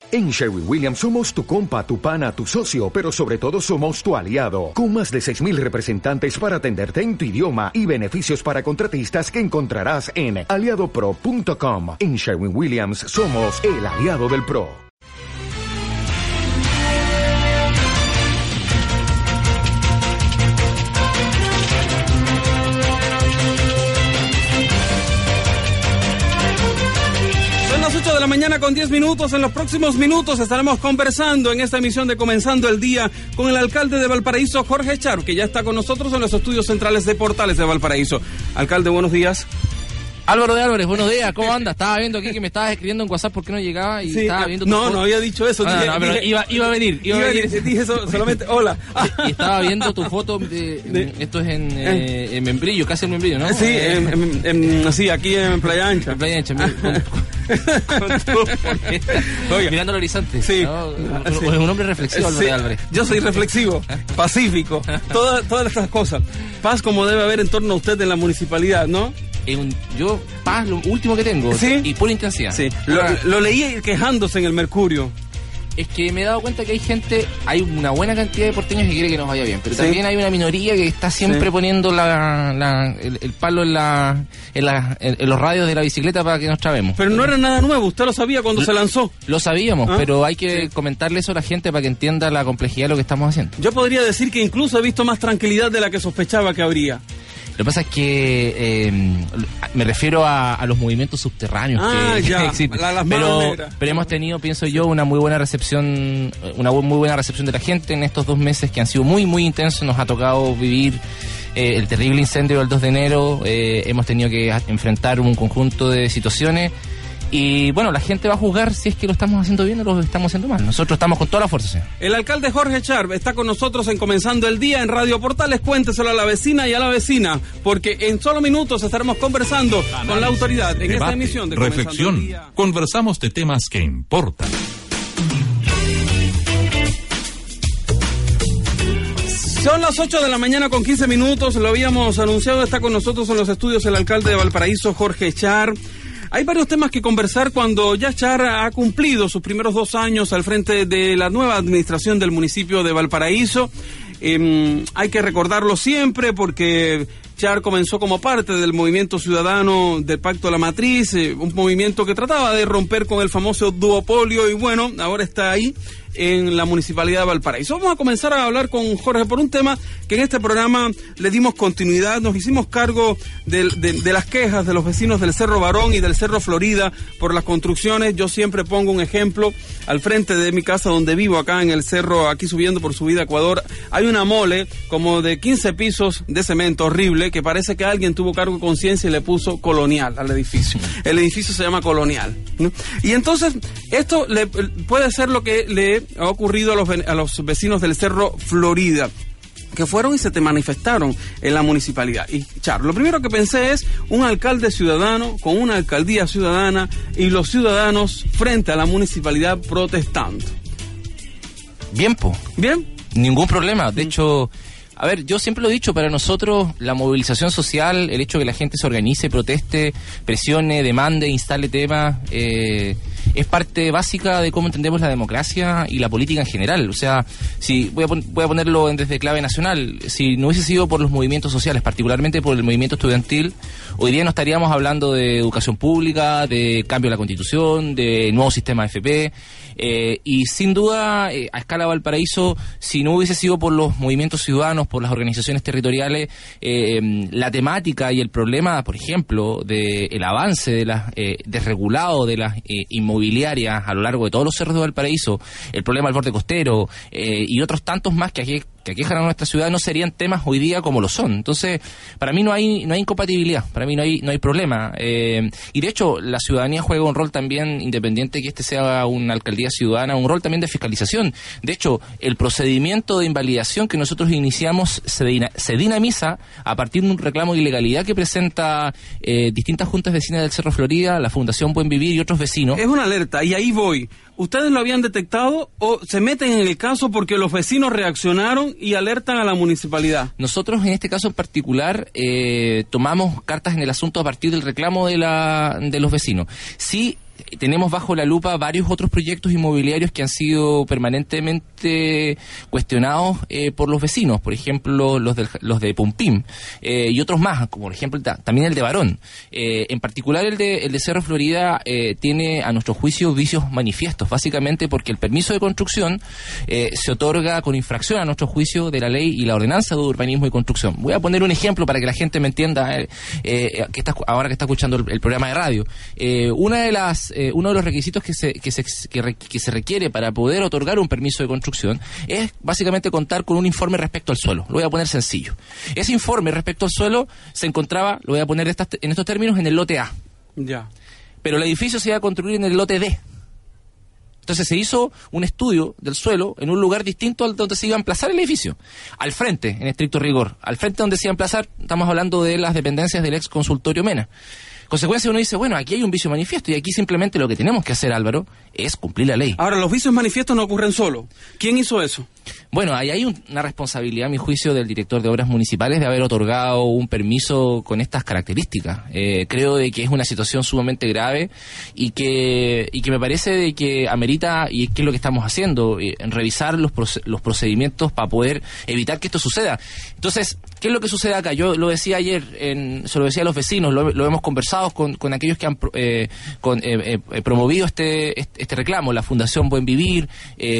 En Sherwin-Williams somos tu compa, tu pana, tu socio, pero sobre todo somos tu aliado, con más de 6,000 representantes para atenderte en tu idioma y beneficios para contratistas que encontrarás en aliadopro.com. En Sherwin-Williams somos el aliado del pro. De la mañana con 10 minutos. En los próximos minutos estaremos conversando en esta emisión de Comenzando el Día con el alcalde de Valparaíso, Jorge Echar, que ya está con nosotros en los estudios centrales de Portales de Valparaíso. Alcalde, buenos días. Álvaro de Álvarez, buenos días, ¿cómo anda? Estaba viendo aquí que me estabas escribiendo en WhatsApp por qué no llegaba y sí, estaba viendo tu foto. No había dicho eso. Pero iba a venir. Dije eso, solamente, hola. Y estaba viendo tu foto, esto es en Membrillo, casi en Membrillo, ¿no? Sí, sí, aquí en Playa Ancha. En Playa Ancha, mirando el horizonte. Sí. ¿No? Un hombre reflexivo, Álvaro de Álvarez. Yo soy reflexivo, pacífico, todas estas cosas. Paz como debe haber en torno a usted en la municipalidad, ¿no? Yo, paz, lo último que tengo. ¿Sí? Y pura intensidad. Sí. Lo leí quejándose en el Mercurio. Es que me he dado cuenta que hay una buena cantidad de porteños que quiere que nos vaya bien, pero sí, también hay una minoría que está siempre poniendo el palo en los radios de la bicicleta para que nos trabemos. Pero no era nada nuevo, usted lo sabía cuando se lanzó. Lo sabíamos, pero hay que comentarle eso a la gente para que entienda la complejidad de lo que estamos haciendo. Yo podría decir que incluso he visto más tranquilidad de la que sospechaba que habría. Lo que pasa es que me refiero a los movimientos subterráneos que existen. Pero hemos tenido, pienso yo, una muy buena recepción de la gente en estos 2 meses que han sido muy, muy intensos. Nos ha tocado vivir el terrible incendio del 2 de enero. Hemos tenido que enfrentar un conjunto de situaciones. Y bueno, la gente va a juzgar si es que lo estamos haciendo bien o lo estamos haciendo mal. Nosotros estamos con toda la fuerza, señor. El alcalde Jorge Echar está con nosotros en Comenzando el Día en Radio Portales. Cuénteselo a la vecina y a la vecina, porque en solo minutos estaremos conversando con la autoridad en esta emisión de reflexión. Comenzando el Día. Conversamos de temas que importan. Son las 8 de la mañana con 15 minutos. Lo habíamos anunciado, está con nosotros en los estudios el alcalde de Valparaíso, Jorge Echar. Hay varios temas que conversar cuando ya Echar ha cumplido sus primeros 2 años al frente de la nueva administración del municipio de Valparaíso. Hay que recordarlo siempre porque Echar comenzó como parte del movimiento ciudadano del Pacto de la Matriz, un movimiento que trataba de romper con el famoso duopolio y bueno, ahora está ahí en la Municipalidad de Valparaíso. Vamos a comenzar a hablar con Jorge por un tema que en este programa le dimos continuidad, nos hicimos cargo de las quejas de los vecinos del Cerro Barón y del Cerro Florida por las construcciones. Yo siempre pongo un ejemplo al frente de mi casa donde vivo, acá en el cerro, aquí subiendo por Subida Ecuador, hay una mole como de 15 pisos de cemento horrible que parece que alguien tuvo cargo de conciencia y le puso Colonial al edificio. El edificio se llama Colonial, ¿no? Y entonces esto puede ser lo que le ha ocurrido a los vecinos del Cerro Florida, que fueron y se te manifestaron en la municipalidad. Y Char, lo primero que pensé es un alcalde ciudadano con una alcaldía ciudadana y los ciudadanos frente a la municipalidad protestando. Bien, ¿Bien? Ningún problema. De hecho, a ver, yo siempre lo he dicho, para nosotros la movilización social, el hecho de que la gente se organice, proteste, presione, demande, instale temas, es parte básica de cómo entendemos la democracia y la política en general. O sea, si voy a ponerlo desde clave nacional, si no hubiese sido por los movimientos sociales, particularmente por el movimiento estudiantil, hoy día no estaríamos hablando de educación pública, de cambio de la Constitución, de nuevo sistema FP, y sin duda, a escala Valparaíso, si no hubiese sido por los movimientos ciudadanos, por las organizaciones territoriales, la temática y el problema, por ejemplo, del avance de las desregulado de las inmobiliarias a lo largo de todos los cerros de Valparaíso, el problema del borde costero y otros tantos más que aquejan a nuestra ciudad, no serían temas hoy día como lo son. Entonces, para mí no hay incompatibilidad, para mí no hay problema. Y de hecho, la ciudadanía juega un rol también, independiente que este sea una alcaldía ciudadana, un rol también de fiscalización. De hecho, el procedimiento de invalidación que nosotros iniciamos se dinamiza a partir de un reclamo de ilegalidad que presenta distintas juntas vecinas del Cerro Florida, la Fundación Buen Vivir y otros vecinos. Es una alerta, y ahí voy. ¿Ustedes lo habían detectado o se meten en el caso porque los vecinos reaccionaron y alertan a la municipalidad? Nosotros en este caso en particular tomamos cartas en el asunto a partir del reclamo de los vecinos. Sí tenemos bajo la lupa varios otros proyectos inmobiliarios que han sido permanentemente cuestionados por los vecinos, por ejemplo los de Pumpim y otros más, como por ejemplo también el de Barón. En particular el de Cerro Florida tiene a nuestro juicio vicios manifiestos, básicamente porque el permiso de construcción se otorga con infracción a nuestro juicio de la ley y la ordenanza de urbanismo y construcción. Voy a poner un ejemplo para que la gente me entienda ahora que está escuchando el programa de radio. Uno de los requisitos que se requiere para poder otorgar un permiso de construcción es básicamente contar con un informe respecto al suelo. Lo voy a poner sencillo. Ese informe respecto al suelo se encontraba, lo voy a poner en estos términos, en el lote A. Ya. Pero el edificio se iba a construir en el lote D. Entonces se hizo un estudio del suelo en un lugar distinto al donde se iba a emplazar el edificio. Al frente, en estricto rigor. Al frente donde se iba a emplazar, estamos hablando de las dependencias del ex consultorio Mena. Consecuencia, uno dice, bueno, aquí hay un vicio manifiesto y aquí simplemente lo que tenemos que hacer, Álvaro, es cumplir la ley. Ahora, los vicios manifiestos no ocurren solo. ¿Quién hizo eso? Bueno, ahí hay una responsabilidad, a mi juicio, del director de obras municipales de haber otorgado un permiso con estas características. Creo de que es una situación sumamente grave y que me parece de que amerita, y qué es lo que estamos haciendo, revisar los procedimientos para poder evitar que esto suceda. Entonces, ¿qué es lo que sucede acá? Yo lo decía ayer, se lo decía a los vecinos, lo hemos conversado con aquellos que han promovido este reclamo, la Fundación Buen Vivir,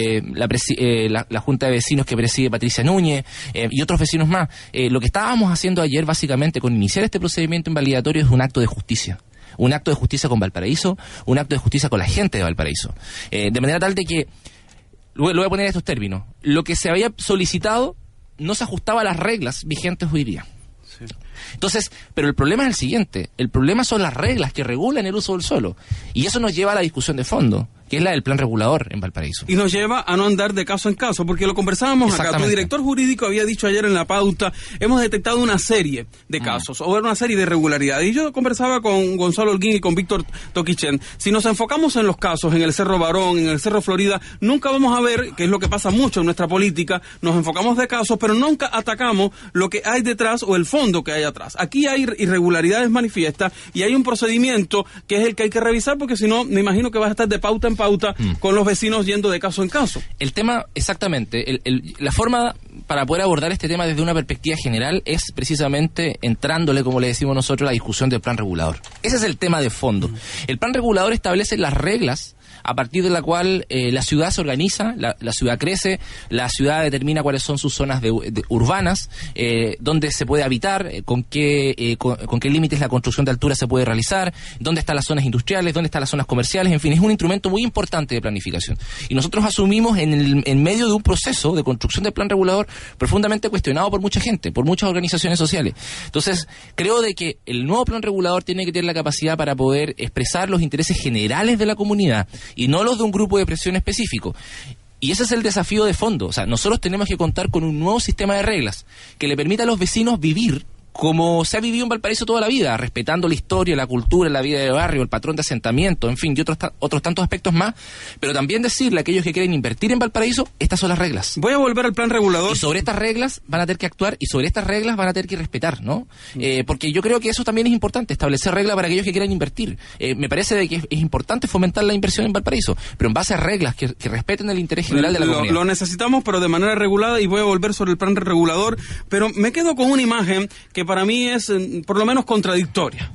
la Junta de Vecinos que preside Patricia Núñez y otros vecinos más. Lo que estábamos haciendo ayer básicamente con iniciar este procedimiento invalidatorio es un acto de justicia. Un acto de justicia con Valparaíso, un acto de justicia con la gente de Valparaíso. De manera tal de que, lo voy a poner en estos términos, lo que se había solicitado no se ajustaba a las reglas vigentes hoy día. Sí. Entonces, pero el problema es el siguiente, el problema son las reglas que regulan el uso del suelo, y eso nos lleva a la discusión de fondo, que es la del plan regulador en Valparaíso. Y nos lleva a no andar de caso en caso, porque lo conversábamos acá. Tu director jurídico había dicho ayer en la pauta, hemos detectado una serie de casos, o una serie de irregularidades. Y yo conversaba con Gonzalo Holguín y con Víctor Toquichen. Si nos enfocamos en los casos, en el Cerro Barón, en el Cerro Florida, nunca vamos a ver, que es lo que pasa mucho en nuestra política, nos enfocamos de casos, pero nunca atacamos lo que hay detrás o el fondo que hay atrás. Aquí hay irregularidades manifiestas y hay un procedimiento que es el que hay que revisar, porque si no, me imagino que vas a estar de pauta en pauta con los vecinos yendo de caso en caso. El tema, exactamente, la forma para poder abordar este tema desde una perspectiva general es precisamente entrándole, como le decimos nosotros, a la discusión del plan regulador. Ese es el tema de fondo. El plan regulador establece las reglas a partir de la cual la ciudad se organiza, la ciudad crece, la ciudad determina cuáles son sus zonas urbanas, dónde se puede habitar, con qué límites la construcción de altura se puede realizar, dónde están las zonas industriales, dónde están las zonas comerciales, en fin, es un instrumento muy importante de planificación. Y nosotros asumimos en medio de un proceso de construcción del plan regulador profundamente cuestionado por mucha gente, por muchas organizaciones sociales. Entonces, creo de que el nuevo plan regulador tiene que tener la capacidad para poder expresar los intereses generales de la comunidad y no los de un grupo de presión específico. Y ese es el desafío de fondo. O sea, nosotros tenemos que contar con un nuevo sistema de reglas que le permita a los vecinos vivir como se ha vivido en Valparaíso toda la vida, respetando la historia, la cultura, la vida de barrio, el patrón de asentamiento, en fin, y otros tantos aspectos más, pero también decirle a aquellos que quieren invertir en Valparaíso, estas son las reglas. Voy a volver al plan regulador. Y sobre estas reglas van a tener que actuar y sobre estas reglas van a tener que respetar, ¿no? Porque yo creo que eso también es importante, establecer reglas para aquellos que quieran invertir. Me parece de que es importante fomentar la inversión en Valparaíso, pero en base a reglas que respeten el interés general de la comunidad. Lo necesitamos, pero de manera regulada, y voy a volver sobre el plan regulador, pero me quedo con una imagen que para mí es por lo menos contradictoria.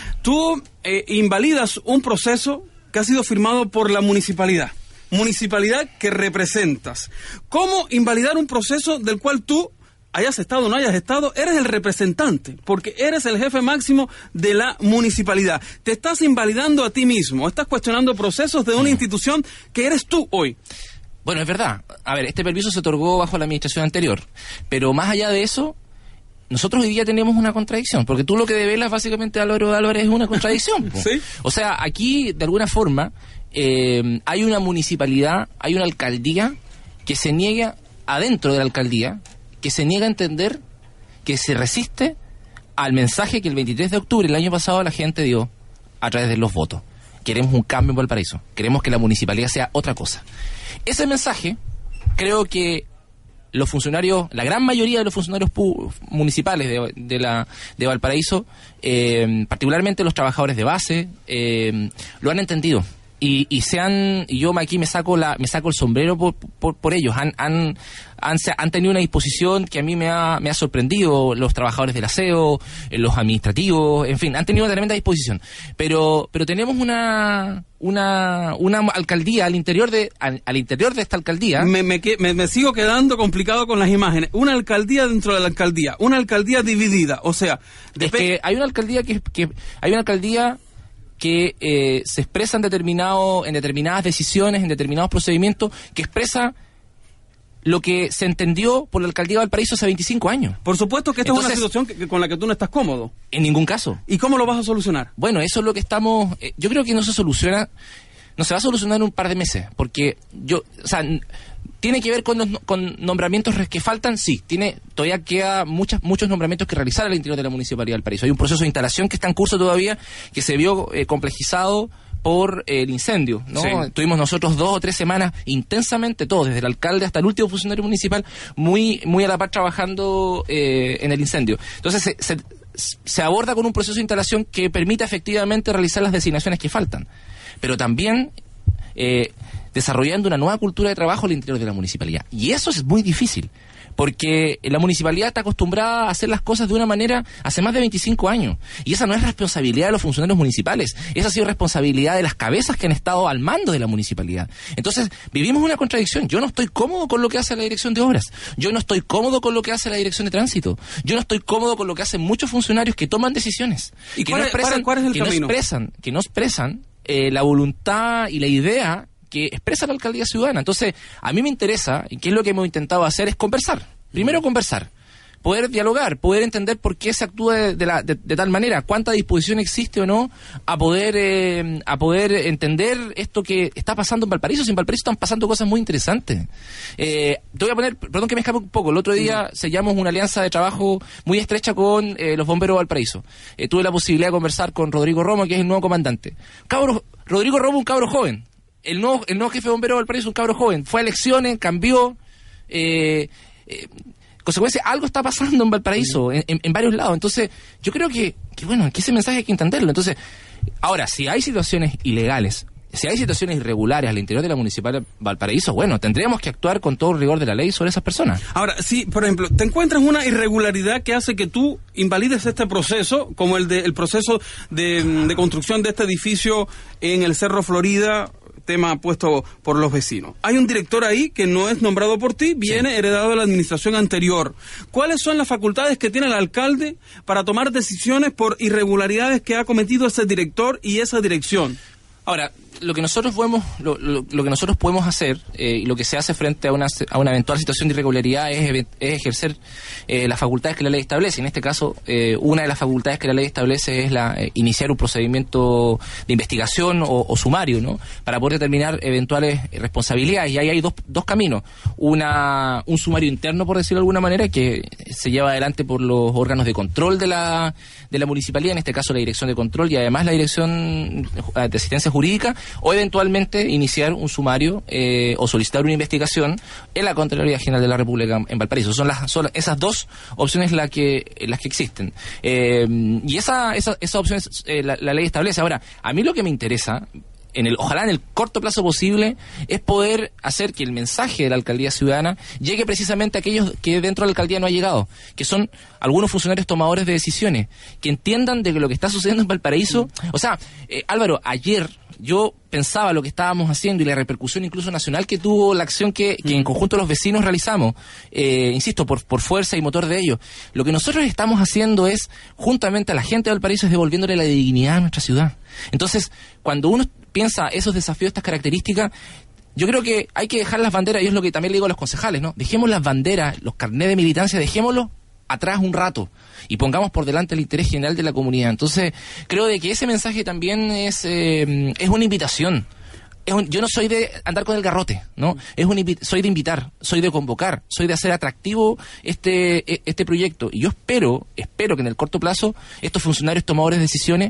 Tú invalidas un proceso que ha sido firmado por la municipalidad que representas. ¿Cómo invalidar un proceso del cual tú, hayas estado o no hayas estado, eres el representante, porque eres el jefe máximo de la municipalidad? Te estás invalidando a ti mismo, estás cuestionando procesos de una institución que eres tú hoy. Bueno, es verdad. A ver, este permiso se otorgó bajo la administración anterior, pero más allá de eso, nosotros hoy día tenemos una contradicción, porque tú lo que develas básicamente, Álvaro Álvarez, es una contradicción. ¿Sí? O sea, aquí, de alguna forma, hay una municipalidad, hay una alcaldía que se niega, adentro de la alcaldía, que se niega a entender, que se resiste al mensaje que el 23 de octubre del año pasado la gente dio a través de los votos. Queremos un cambio en Valparaíso, queremos que la municipalidad sea otra cosa. Ese mensaje, creo que los funcionarios, la gran mayoría de los funcionarios municipales de Valparaíso, particularmente los trabajadores de base, lo han entendido. Y yo aquí me saco el sombrero por ellos. Han tenido una disposición que a mí me ha sorprendido. Los trabajadores del aseo, los administrativos, en fin, han tenido una tremenda disposición. Pero tenemos una alcaldía al interior de esta alcaldía. Me sigo quedando complicado con las imágenes. Una alcaldía dentro de la alcaldía, una alcaldía dividida. O sea, es que hay una alcaldía que se expresa en determinadas decisiones, en determinados procedimientos, que expresa lo que se entendió por la alcaldía de Valparaíso hace 25 años. Por supuesto que esta es una situación con la que tú no estás cómodo. En ningún caso. ¿Y cómo lo vas a solucionar? Bueno, eso es lo que estamos... yo creo que no se va a solucionar en un par de meses, porque tiene que ver con nombramientos que faltan, sí. Todavía queda muchos nombramientos que realizar al interior de la Municipalidad de Valparaíso. Hay un proceso de instalación que está en curso todavía, que se vio complejizado por el incendio, ¿no? Sí. Tuvimos nosotros 2 o 3 semanas intensamente, todos, desde el alcalde hasta el último funcionario municipal, muy a la par trabajando en el incendio. Entonces se aborda con un proceso de instalación que permita efectivamente realizar las designaciones que faltan, pero también desarrollando una nueva cultura de trabajo al interior de la municipalidad. Y eso es muy difícil, porque la municipalidad está acostumbrada a hacer las cosas de una manera hace más de 25 años. Y esa no es responsabilidad de los funcionarios municipales. Esa ha sido responsabilidad de las cabezas que han estado al mando de la municipalidad. Entonces, vivimos una contradicción. Yo no estoy cómodo con lo que hace la dirección de obras. Yo no estoy cómodo con lo que hace la dirección de tránsito. Yo no estoy cómodo con lo que hacen muchos funcionarios que toman decisiones. ¿Y cuál es el camino? Que no expresan la voluntad y la idea que expresa la alcaldía ciudadana. Entonces, a mí me interesa, y qué es lo que hemos intentado hacer, es conversar. Primero conversar, poder dialogar, poder entender por qué se actúa de tal manera, cuánta disposición existe o no a poder entender esto que está pasando en Valparaíso. En Valparaíso están pasando cosas muy interesantes. Te voy a poner, perdón que me escape un poco, el otro día sellamos una alianza de trabajo muy estrecha con los bomberos de Valparaíso. Tuve la posibilidad de conversar con Rodrigo Romo, que es el nuevo comandante. Rodrigo Romo, un cabro joven. El nuevo jefe de bomberos de Valparaíso, un cabro joven. Fue a elecciones, cambió... consecuencia, algo está pasando en Valparaíso, en varios lados. Entonces, yo creo que ese mensaje hay que entenderlo. Entonces, ahora, si hay situaciones ilegales, si hay situaciones irregulares al interior de la Municipalidad de Valparaíso, tendríamos que actuar con todo el rigor de la ley sobre esas personas. Ahora, si, por ejemplo, te encuentras una irregularidad que hace que tú invalides este proceso, como el proceso de construcción de este edificio en el Cerro Florida, tema puesto por los vecinos. Hay un director ahí que no es nombrado por ti, viene heredado de la administración anterior. ¿Cuáles son las facultades que tiene el alcalde para tomar decisiones por irregularidades que ha cometido ese director y esa dirección? Ahora, lo que nosotros podemos hacer y lo que se hace frente a una eventual situación de irregularidad es ejercer las facultades que la ley establece. En este caso, una de las facultades que la ley establece es iniciar un procedimiento de investigación o sumario, ¿no? Para poder determinar eventuales responsabilidades. Y ahí hay dos caminos. Un sumario interno, por decirlo de alguna manera, que se lleva adelante por los órganos de control de la municipalidad, en este caso la Dirección de Control y además la Dirección de Asistencia Jurídica, o eventualmente iniciar un sumario o solicitar una investigación en la Contraloría General de la República en Valparaíso. Son esas dos opciones las que existen. Y esas opciones la ley establece. Ahora, a mí lo que me interesa, ojalá en el corto plazo posible, es poder hacer que el mensaje de la alcaldía ciudadana llegue precisamente a aquellos que dentro de la alcaldía no ha llegado, que son algunos funcionarios tomadores de decisiones, que entiendan de que lo que está sucediendo en Valparaíso, Álvaro, ayer yo pensaba lo que estábamos haciendo y la repercusión incluso nacional que tuvo la acción que en conjunto los vecinos realizamos, insisto, por fuerza y motor de ellos. Lo que nosotros estamos haciendo es, juntamente a la gente de Valparaíso, es devolviéndole la dignidad a nuestra ciudad. Entonces, cuando uno piensa esos desafíos, estas características, yo creo que hay que dejar las banderas, y es lo que también le digo a los concejales, ¿no? Dejemos las banderas, los carnés de militancia, dejémoslos atrás un rato y pongamos por delante el interés general de la comunidad. Entonces, creo de que ese mensaje también es una invitación. Yo no soy de andar con el garrote, ¿no? Soy de invitar, soy de convocar, soy de hacer atractivo este proyecto. Y yo espero que en el corto plazo estos funcionarios tomadores de decisiones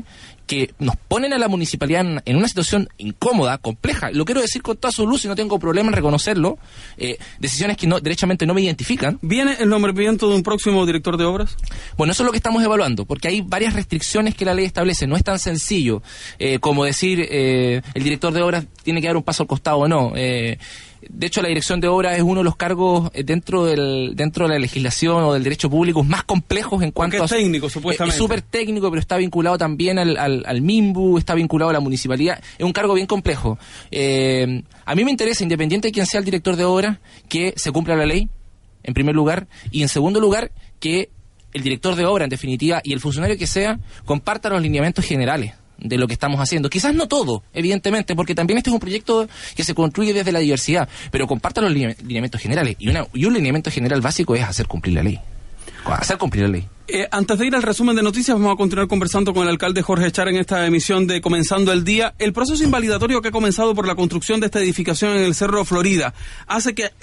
que nos ponen a la municipalidad en una situación incómoda, compleja. Lo quiero decir con toda su luz y no tengo problema en reconocerlo. Decisiones que derechamente no me identifican. ¿Viene el nombramiento de un próximo director de obras? Bueno, eso es lo que estamos evaluando, porque hay varias restricciones que la ley establece. No es tan sencillo como decir el director de obras tiene que dar un paso al costado o no. De hecho, la dirección de obras es uno de los cargos dentro de la legislación o del derecho público más complejos en cuanto porque es técnico, supuestamente. Es súper técnico, pero está vinculado también al MIMBU, está vinculado a la municipalidad. Es un cargo bien complejo. A mí me interesa, independiente de quién sea el director de obras, que se cumpla la ley, en primer lugar, y en segundo lugar, que el director de obra, en definitiva, y el funcionario que sea, comparta los lineamientos generales de lo que estamos haciendo. Quizás no todo, evidentemente, porque también este es un proyecto que se construye desde la diversidad, pero comparta los lineamientos generales. Y un lineamiento general básico es hacer cumplir la ley. Hacer cumplir la ley. Antes de ir al resumen de noticias, vamos a continuar conversando con el alcalde Jorge Echar en esta emisión de Comenzando el Día. El proceso invalidatorio que ha comenzado por la construcción de esta edificación en el Cerro Florida hace que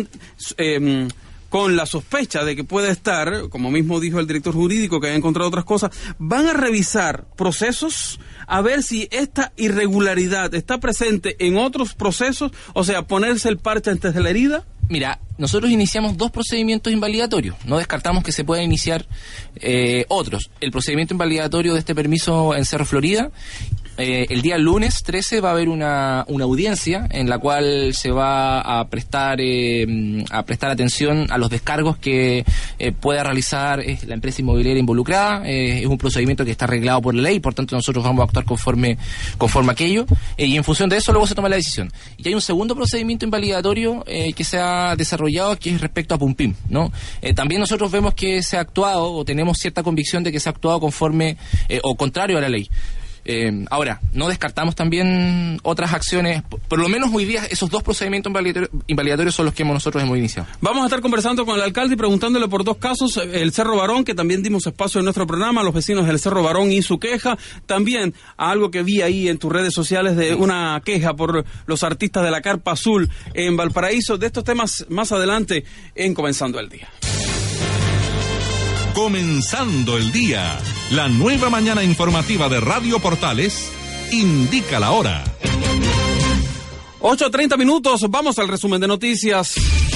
con la sospecha de que puede estar, como mismo dijo el director jurídico, que ha encontrado otras cosas, van a revisar procesos a ver si esta irregularidad está presente en otros procesos, o sea, ponerse el parche antes de la herida. Mira, nosotros iniciamos 2 procedimientos invalidatorios, no descartamos que se puedan iniciar otros. El procedimiento invalidatorio de este permiso en Cerro Florida, el día lunes 13 va a haber una audiencia en la cual se va a prestar atención a los descargos que pueda realizar la empresa inmobiliaria involucrada. Es un procedimiento que está arreglado por la ley, por tanto nosotros vamos a actuar conforme a aquello, y en función de eso luego se toma la decisión. Y hay un segundo procedimiento invalidatorio que se ha desarrollado, que es respecto a Pumpim, ¿no? También nosotros vemos que se ha actuado, o tenemos cierta convicción de que se ha actuado conforme o contrario a la ley. Ahora, no descartamos también otras acciones, por lo menos hoy día esos 2 procedimientos invalidatorios son los que nosotros hemos iniciado. Vamos a estar conversando con el alcalde y preguntándole por 2 casos, el Cerro Barón, que también dimos espacio en nuestro programa, a los vecinos del Cerro Barón y su queja, también a algo que vi ahí en tus redes sociales de una queja por los artistas de la Carpa Azul en Valparaíso. De estos temas más adelante en Comenzando el Día. Comenzando el Día, la nueva mañana informativa de Radio Portales indica la hora. 8:30, vamos al resumen de noticias.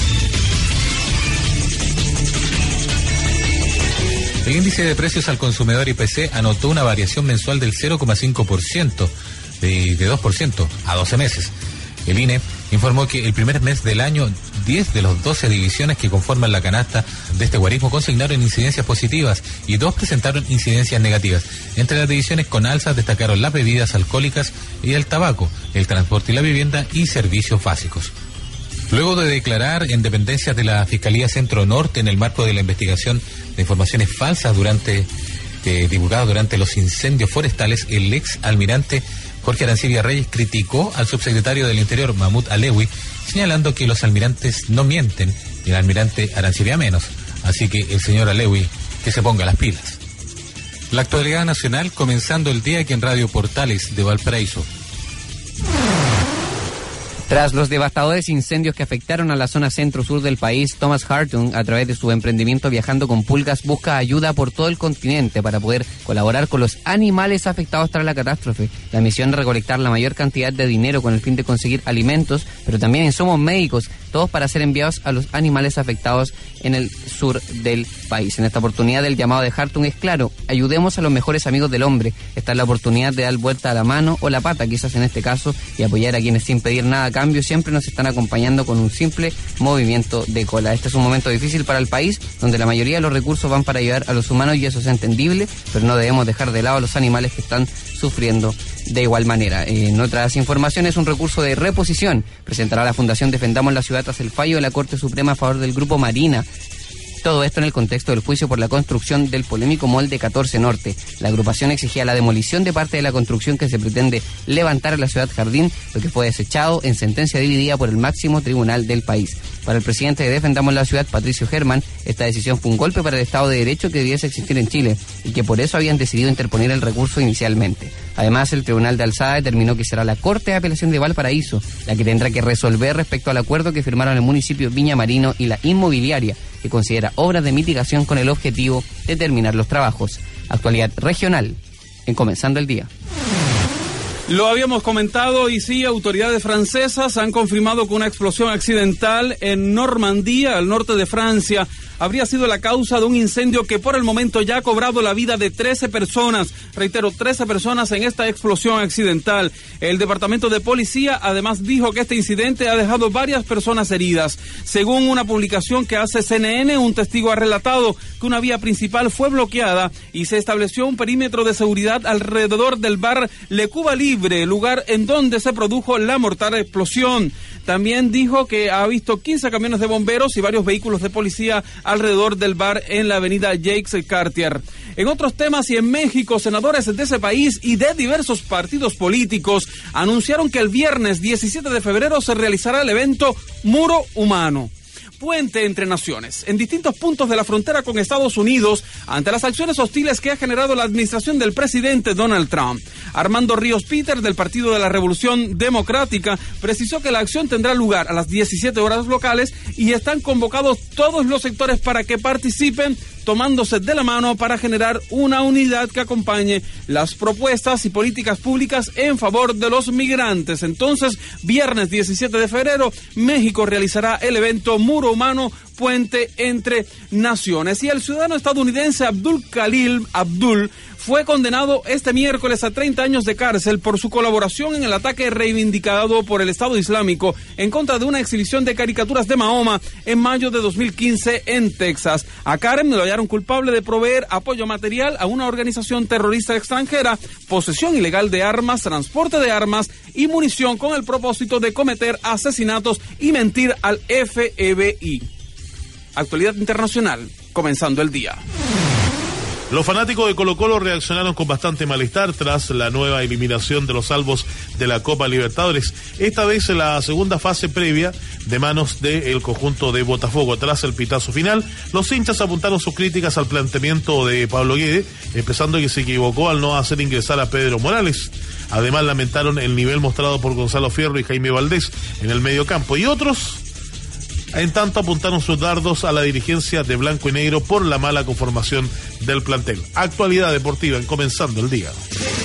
El índice de precios al consumidor IPC anotó una variación mensual del 0,5%, de 2% a 12 meses. El INE informó que el primer mes del año, 10 de los 12 divisiones que conforman la canasta de este guarismo consignaron incidencias positivas y 2 presentaron incidencias negativas. Entre las divisiones con alzas destacaron las bebidas alcohólicas y el tabaco, el transporte y la vivienda y servicios básicos. Luego de declarar en dependencias de la Fiscalía Centro Norte en el marco de la investigación de informaciones falsas divulgadas durante los incendios forestales, el ex almirante Jorge Arancibia Reyes criticó al subsecretario del Interior, Mahmoud Alewi, señalando que los almirantes no mienten y el almirante Arancibia menos. Así que el señor Alewi, que se ponga las pilas. La actualidad nacional, comenzando el día aquí en Radio Portales de Valparaíso. Tras los devastadores incendios que afectaron a la zona centro-sur del país, Thomas Hartung, a través de su emprendimiento Viajando con Pulgas, busca ayuda por todo el continente para poder colaborar con los animales afectados tras la catástrofe. La misión es recolectar la mayor cantidad de dinero con el fin de conseguir alimentos, pero también insumos médicos, todos para ser enviados a los animales afectados en el sur del país. En esta oportunidad el llamado de Hartung es claro: ayudemos a los mejores amigos del hombre. Esta es la oportunidad de dar vuelta a la mano o la pata, quizás en este caso, y apoyar a quienes sin pedir nada a cambio siempre nos están acompañando con un simple movimiento de cola. Este es un momento difícil para el país, donde la mayoría de los recursos van para ayudar a los humanos y eso es entendible, pero no debemos dejar de lado a los animales que están sufriendo de igual manera. En otras informaciones, un recurso de reposición presentará la Fundación Defendamos la Ciudad tras el fallo de la Corte Suprema a favor del Grupo Marina. Todo esto en el contexto del juicio por la construcción del polémico molde 14 Norte. La agrupación exigía la demolición de parte de la construcción que se pretende levantar en la ciudad Jardín, lo que fue desechado en sentencia dividida por el máximo tribunal del país. Para el presidente de Defendamos la Ciudad, Patricio Herman, esta decisión fue un golpe para el Estado de Derecho que debiese existir en Chile y que por eso habían decidido interponer el recurso inicialmente. Además, el Tribunal de Alzada determinó que será la Corte de Apelación de Valparaíso la que tendrá que resolver respecto al acuerdo que firmaron el municipio Viña Marino y la inmobiliaria, que considera obras de mitigación con el objetivo de terminar los trabajos. Actualidad regional en Comenzando el Día. Lo habíamos comentado y sí, autoridades francesas han confirmado que una explosión accidental en Normandía, al norte de Francia, habría sido la causa de un incendio que por el momento ya ha cobrado la vida de 13 personas. Reitero, 13 personas en esta explosión accidental. El departamento de policía además dijo que este incidente ha dejado varias personas heridas. Según una publicación que hace CNN, un testigo ha relatado que una vía principal fue bloqueada y se estableció un perímetro de seguridad alrededor del bar Le Cuba Libre, lugar en donde se produjo la mortal explosión. También dijo que ha visto 15 camiones de bomberos y varios vehículos de policía alrededor del bar en la avenida Jacques Cartier. En otros temas y en México, senadores de ese país y de diversos partidos políticos anunciaron que el viernes 17 de febrero se realizará el evento Muro Humano, puente entre naciones, en distintos puntos de la frontera con Estados Unidos, ante las acciones hostiles que ha generado la administración del presidente Donald Trump. Armando Ríos Peter, del Partido de la Revolución Democrática, precisó que la acción tendrá lugar a las 17 horas locales y están convocados todos los sectores para que participen, tomándose de la mano para generar una unidad que acompañe las propuestas y políticas públicas en favor de los migrantes. Entonces, viernes 17 de febrero, México realizará el evento Muro Humano, puente entre naciones. Y el ciudadano estadounidense Abdul Khalil Abdul fue condenado este miércoles a 30 años de cárcel por su colaboración en el ataque reivindicado por el Estado Islámico en contra de una exhibición de caricaturas de Mahoma en mayo de 2015 en Texas. A Karen lo hallaron culpable de proveer apoyo material a una organización terrorista extranjera, posesión ilegal de armas, transporte de armas y munición con el propósito de cometer asesinatos y mentir al FBI. Actualidad internacional, comenzando el día. Los fanáticos de Colo-Colo reaccionaron con bastante malestar tras la nueva eliminación de los salvos de la Copa Libertadores, esta vez en la segunda fase previa de manos del conjunto de Botafogo. Tras el pitazo final, los hinchas apuntaron sus críticas al planteamiento de Pablo Guede, expresando que se equivocó al no hacer ingresar a Pedro Morales. Además, lamentaron el nivel mostrado por Gonzalo Fierro y Jaime Valdés en el mediocampo, y otros en tanto apuntaron sus dardos a la dirigencia de blanco y negro por la mala conformación del plantel. Actualidad deportiva en Comenzando el Día.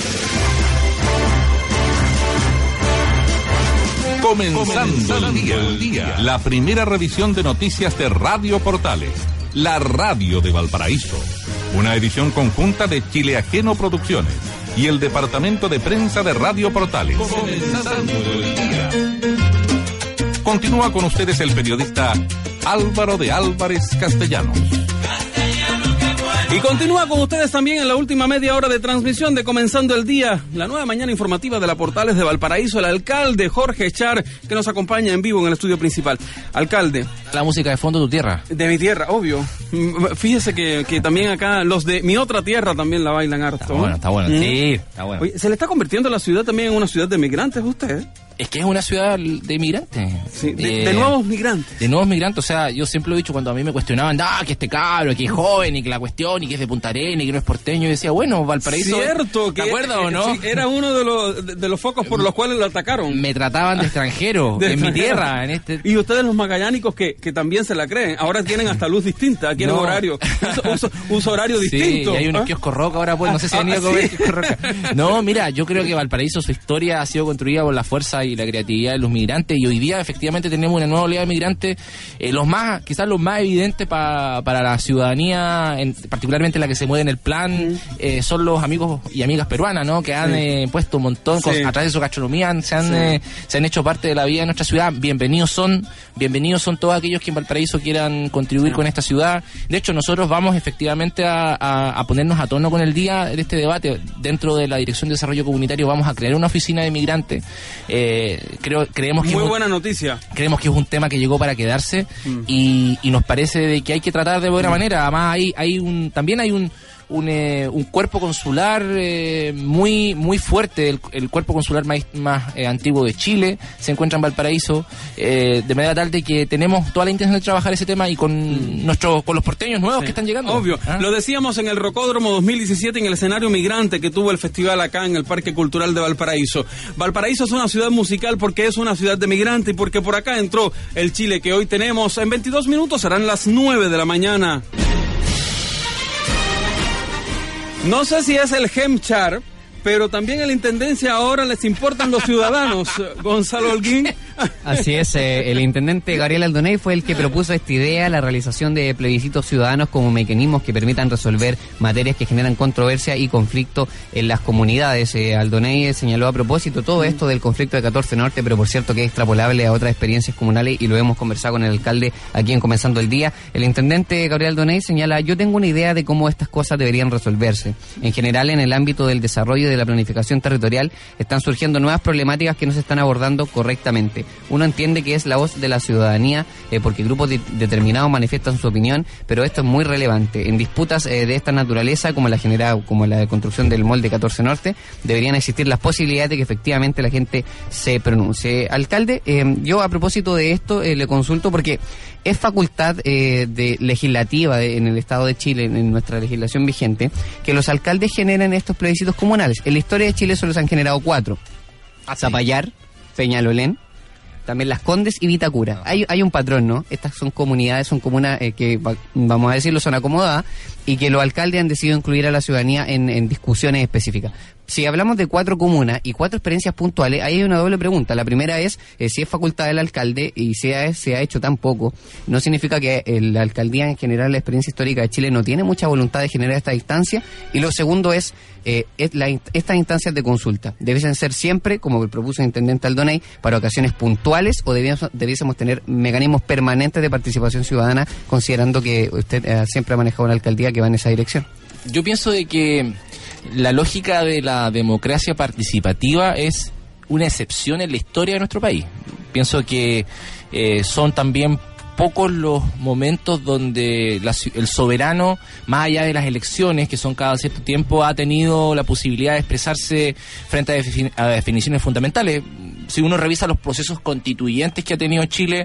Comenzando el día. La primera revisión de noticias de Radio Portales, la radio de Valparaíso. Una edición conjunta de Chile Ajeno Producciones y el departamento de prensa de Radio Portales. Comenzando el día. Continúa con ustedes el periodista Álvaro de Álvarez Castellanos. Y continúa con ustedes también en la última media hora de transmisión de Comenzando el Día, la nueva mañana informativa de la Portales de Valparaíso, el alcalde Jorge Char, que nos acompaña en vivo en el estudio principal. Alcalde. La música de fondo de tu tierra. De mi tierra, obvio. Fíjese que también acá los de mi otra tierra también la bailan harto. Está bueno, sí, está bueno. Oye, ¿se le está convirtiendo la ciudad también en una ciudad de migrantes usted? Es que es una ciudad de migrantes. Sí, de nuevos migrantes. De nuevos migrantes, o sea, yo siempre lo he dicho cuando a mí me cuestionaban, que este cabro, que es joven, y que la cuestión, y que es de Punta Arenas, y que no es porteño, y decía, bueno, Valparaíso... Cierto, ¿te acuerdas o no? Sí, era uno de los focos por los cuales lo atacaron. Me trataban de extranjero, en mi tierra. Y ustedes los magallánicos que también se la creen, ahora tienen hasta luz distinta, aquí en horario, uso horario distinto. Sí, y hay unos kioscos roca ahora, pues, no sé si han ido a comer kioscos roca. No, mira, yo creo que Valparaíso, su historia ha sido construida por la fuerza y la creatividad de los migrantes, y hoy día efectivamente tenemos una nueva oleada de migrantes, quizás los más evidentes para la ciudadanía, particularmente la que se mueve en el plan, son los amigos y amigas peruanas, ¿no? Que han puesto un montón, a través de su gastronomía, se han hecho parte de la vida de nuestra ciudad. Bienvenidos son todos aquellos que en Valparaíso quieran contribuir con esta ciudad. De hecho, nosotros vamos efectivamente a ponernos a tono con el día de este debate. Dentro de la Dirección de Desarrollo Comunitario vamos a crear una oficina de migrantes. Creemos que muy buena noticia. Creemos que es un tema que llegó para quedarse y nos parece de que hay que tratar de buena manera. Además también hay un cuerpo consular muy muy fuerte, el cuerpo consular más antiguo de Chile se encuentra en Valparaíso, de manera tal de que tenemos toda la intención de trabajar ese tema y con los porteños nuevos que están llegando. Obvio, lo decíamos en el Rocódromo 2017 en el escenario migrante que tuvo el festival acá en el Parque Cultural de Valparaíso. Valparaíso es una ciudad musical porque es una ciudad de migrantes y porque por acá entró el Chile que hoy tenemos. En 22 minutos serán las 9 de la mañana. No sé si es el Hemchar, pero también en la intendencia ahora les importan los ciudadanos. Gonzalo Holguín. Así es, el intendente Gabriel Aldoney fue el que propuso esta idea, la realización de plebiscitos ciudadanos como mecanismos que permitan resolver materias que generan controversia y conflicto en las comunidades. Aldoney señaló a propósito todo esto del conflicto de 14 Norte, pero por cierto que es extrapolable a otras experiencias comunales y lo hemos conversado con el alcalde aquí en Comenzando el Día. El intendente Gabriel Aldoney señala: yo tengo una idea de cómo estas cosas deberían resolverse. En general, en el ámbito del desarrollo y de la planificación territorial están surgiendo nuevas problemáticas que no se están abordando correctamente. Uno entiende que es la voz de la ciudadanía porque grupos determinados manifiestan su opinión, pero esto es muy relevante. En disputas de esta naturaleza, como la construcción del molde 14 Norte, deberían existir las posibilidades de que efectivamente la gente se pronuncie. Alcalde, yo a propósito de esto le consulto porque es facultad de legislativa en el Estado de Chile, en nuestra legislación vigente, que los alcaldes generen estos plebiscitos comunales. En la historia de Chile solo se han generado 4. Zapallar, Peñalolén, también Las Condes y Vitacura. Hay un patrón, ¿no? Estas son comunidades, son comunas que, vamos a decirlo, son acomodadas y que los alcaldes han decidido incluir a la ciudadanía en discusiones específicas. Si hablamos de 4 comunas y 4 experiencias puntuales, ahí hay una doble pregunta. La primera es si es facultad del alcalde y se ha hecho tan poco, no significa que la alcaldía en general, la experiencia histórica de Chile, no tiene mucha voluntad de generar esta distancia. Y lo segundo es estas instancias de consulta. ¿Debiesen ser siempre, como propuso el intendente Aldoney, para ocasiones puntuales o debiésemos tener mecanismos permanentes de participación ciudadana, considerando que usted siempre ha manejado una alcaldía que va en esa dirección? Yo pienso de que la lógica de la democracia participativa es una excepción en la historia de nuestro país. Pienso que son también pocos los momentos donde el soberano, más allá de las elecciones, que son cada cierto tiempo, ha tenido la posibilidad de expresarse frente a definiciones fundamentales. Si uno revisa los procesos constituyentes que ha tenido Chile,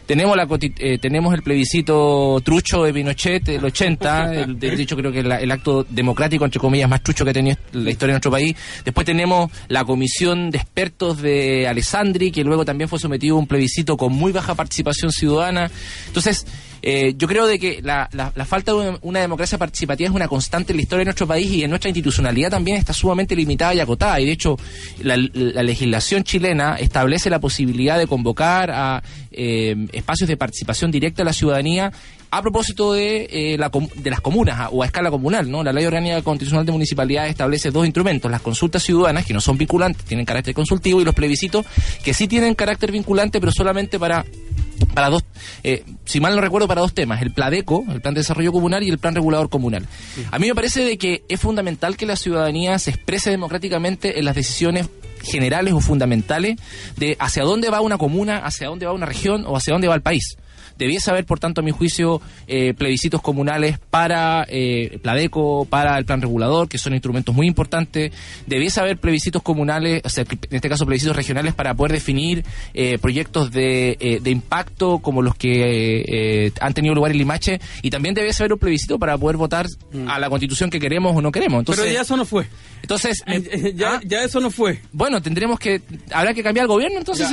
tenemos el plebiscito trucho de Pinochet del 80, de hecho creo que el acto democrático, entre comillas, más trucho que ha tenido la historia de nuestro país. Después tenemos la comisión de expertos de Alessandri, que luego también fue sometido a un plebiscito con muy baja participación ciudadana. Entonces, yo creo de que la falta de una democracia participativa es una constante en la historia de nuestro país, y en nuestra institucionalidad también está sumamente limitada y acotada, y de hecho la legislación chilena establece la posibilidad de convocar a espacios de participación directa de la ciudadanía a propósito de las comunas o a escala comunal, ¿no? La Ley Orgánica Constitucional de Municipalidades establece 2 instrumentos: las consultas ciudadanas, que no son vinculantes, tienen carácter consultivo, y los plebiscitos, que sí tienen carácter vinculante, pero solamente para 2, si mal no recuerdo, para 2 temas: el PLADECO, el Plan de Desarrollo Comunal, y el Plan Regulador Comunal. A mí me parece de que es fundamental que la ciudadanía se exprese democráticamente en las decisiones generales o fundamentales de hacia dónde va una comuna, hacia dónde va una región o hacia dónde va el país. Debiese haber, por tanto, a mi juicio, plebiscitos comunales para PLADECO, para el Plan Regulador, que son instrumentos muy importantes. Debiese haber plebiscitos comunales, o sea, en este caso plebiscitos regionales, para poder definir proyectos de impacto como los que han tenido lugar en Limache, y también debiese haber un plebiscito para poder votar a la Constitución que queremos o no queremos. Entonces, pero ya eso no fue. Entonces, ya eso no fue. Bueno, habrá que cambiar el gobierno, entonces,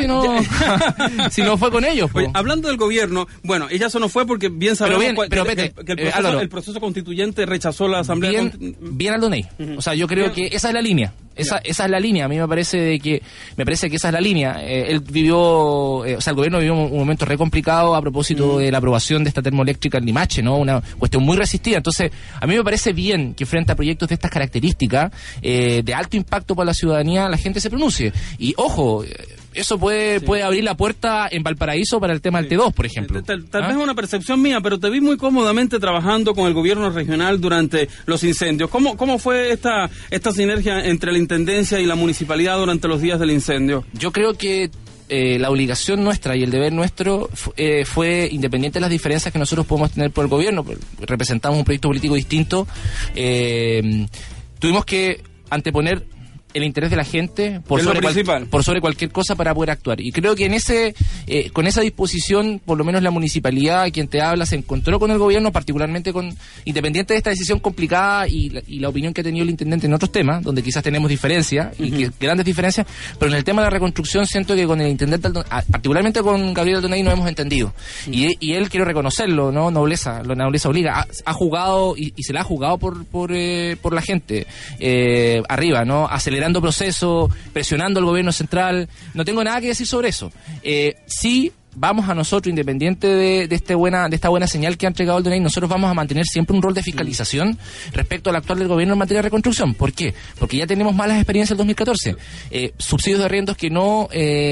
si no fue con ellos. Oye, hablando del gobierno, bueno, ella eso no fue porque bien sabemos que el proceso constituyente rechazó la Asamblea. Bien Aldoney. O sea, yo creo que esa es la línea. Esa es la línea. A mí me parece que esa es la línea. Él vivió, el gobierno vivió un momento re complicado a propósito de la aprobación de esta termoeléctrica en Limache, ¿no? Una cuestión muy resistida. Entonces, a mí me parece bien que frente a proyectos de estas características, de alto impacto para la ciudadanía, la gente se pronuncie. Y ojo, eso puede abrir la puerta en Valparaíso para el tema del T2, por ejemplo. Tal vez es una percepción mía, pero te vi muy cómodamente trabajando con el gobierno regional durante los incendios. ¿Cómo fue esta sinergia entre la intendencia y la municipalidad durante los días del incendio? Yo creo que la obligación nuestra y el deber nuestro fue, independiente de las diferencias que nosotros podemos tener por el gobierno, representamos un proyecto político distinto, tuvimos que anteponer el interés de la gente por es sobre cualquier cosa para poder actuar. Y creo que en ese con esa disposición, por lo menos la municipalidad, quien te habla, se encontró con el gobierno, particularmente independiente de esta decisión complicada y la opinión que ha tenido el intendente en otros temas, donde quizás tenemos diferencias, y grandes diferencias, pero en el tema de la reconstrucción siento que con el intendente, particularmente con Gabriel Aldunate, no hemos entendido. Y él, quiero reconocerlo, ¿no? La nobleza obliga. Ha jugado y se la ha jugado por la gente arriba, ¿no? Acelerando procesos, presionando al gobierno central. No tengo nada que decir sobre eso. Sí, vamos a nosotros, independiente de esta buena señal que ha entregado el DNI, nosotros vamos a mantener siempre un rol de fiscalización respecto al actual del gobierno en materia de reconstrucción. ¿Por qué? Porque ya tenemos malas experiencias del 2014. Subsidios de arriendos que no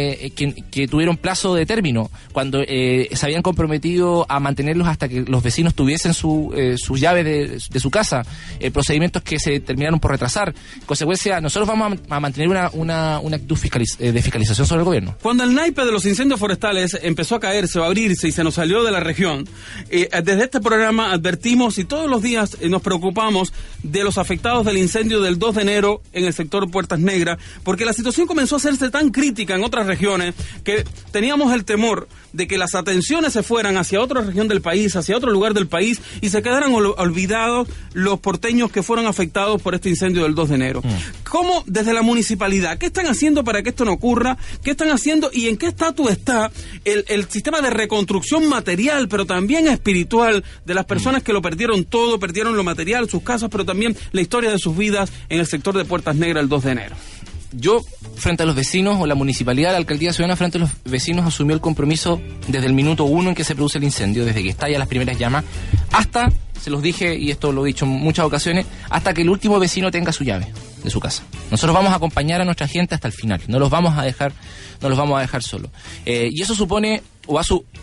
que tuvieron plazo de término, cuando se habían comprometido a mantenerlos hasta que los vecinos tuviesen sus llaves de su casa, procedimientos que se terminaron por retrasar. En consecuencia, nosotros vamos a mantener una actitud de fiscalización sobre el gobierno. Cuando el naipe de los incendios forestales empezó a caerse o a abrirse y se nos salió de la región, desde este programa advertimos y todos los días nos preocupamos de los afectados del incendio del 2 de enero en el sector Puertas Negras, porque la situación comenzó a hacerse tan crítica en otras regiones que teníamos el temor de que las atenciones se fueran hacia otra región del país, hacia otro lugar del país, y se quedaran olvidados los porteños que fueron afectados por este incendio del 2 de enero. ¿Cómo, desde la municipalidad, qué están haciendo para que esto no ocurra? ¿Qué están haciendo y en qué estatus está el sistema de reconstrucción material, pero también espiritual, de las personas que lo perdieron todo, perdieron lo material, sus casas, pero también la historia de sus vidas en el sector de Puertas Negras el 2 de enero? Yo, frente a los vecinos, o la municipalidad, la alcaldía ciudadana, frente a los vecinos, asumió el compromiso desde el minuto 1 en que se produce el incendio, desde que estallan las primeras llamas, hasta, se los dije, y esto lo he dicho en muchas ocasiones, hasta que el último vecino tenga su llave de su casa. Nosotros vamos a acompañar a nuestra gente hasta el final, no los vamos a dejar solos. Y eso supone, o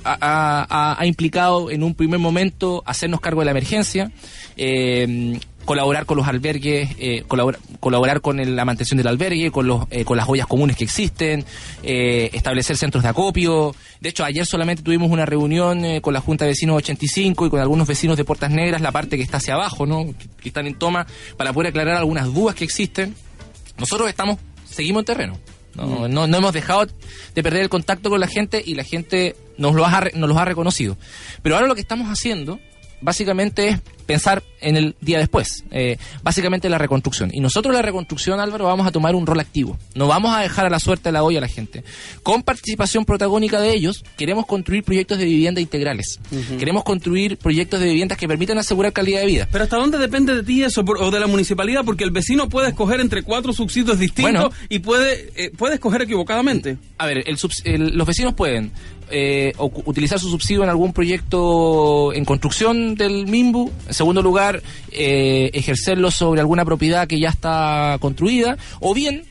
ha implicado en un primer momento hacernos cargo de la emergencia, colaborar con los albergues, colaborar con la mantención del albergue, con las ollas comunes que existen, establecer centros de acopio. De hecho, ayer solamente tuvimos una reunión con la Junta de Vecinos 85 y con algunos vecinos de Puertas Negras, la parte que está hacia abajo, ¿no? Que están en toma, para poder aclarar algunas dudas que existen. Nosotros seguimos en terreno. No hemos dejado de perder el contacto con la gente y la gente nos los ha reconocido. Pero ahora lo que estamos haciendo básicamente es pensar en el día después, básicamente la reconstrucción. Y nosotros la reconstrucción, Álvaro, vamos a tomar un rol activo. No vamos a dejar a la suerte de la olla a la gente. Con participación protagónica de ellos, queremos construir proyectos de vivienda integrales. Queremos construir proyectos de viviendas que permitan asegurar calidad de vida. Pero ¿hasta dónde depende de ti eso, o de la municipalidad? Porque el vecino puede escoger entre 4 subsidios distintos, y puede escoger equivocadamente. A ver, los vecinos pueden utilizar su subsidio en algún proyecto en construcción del MIMBU. En segundo lugar, ejercerlo sobre alguna propiedad que ya está construida, o bien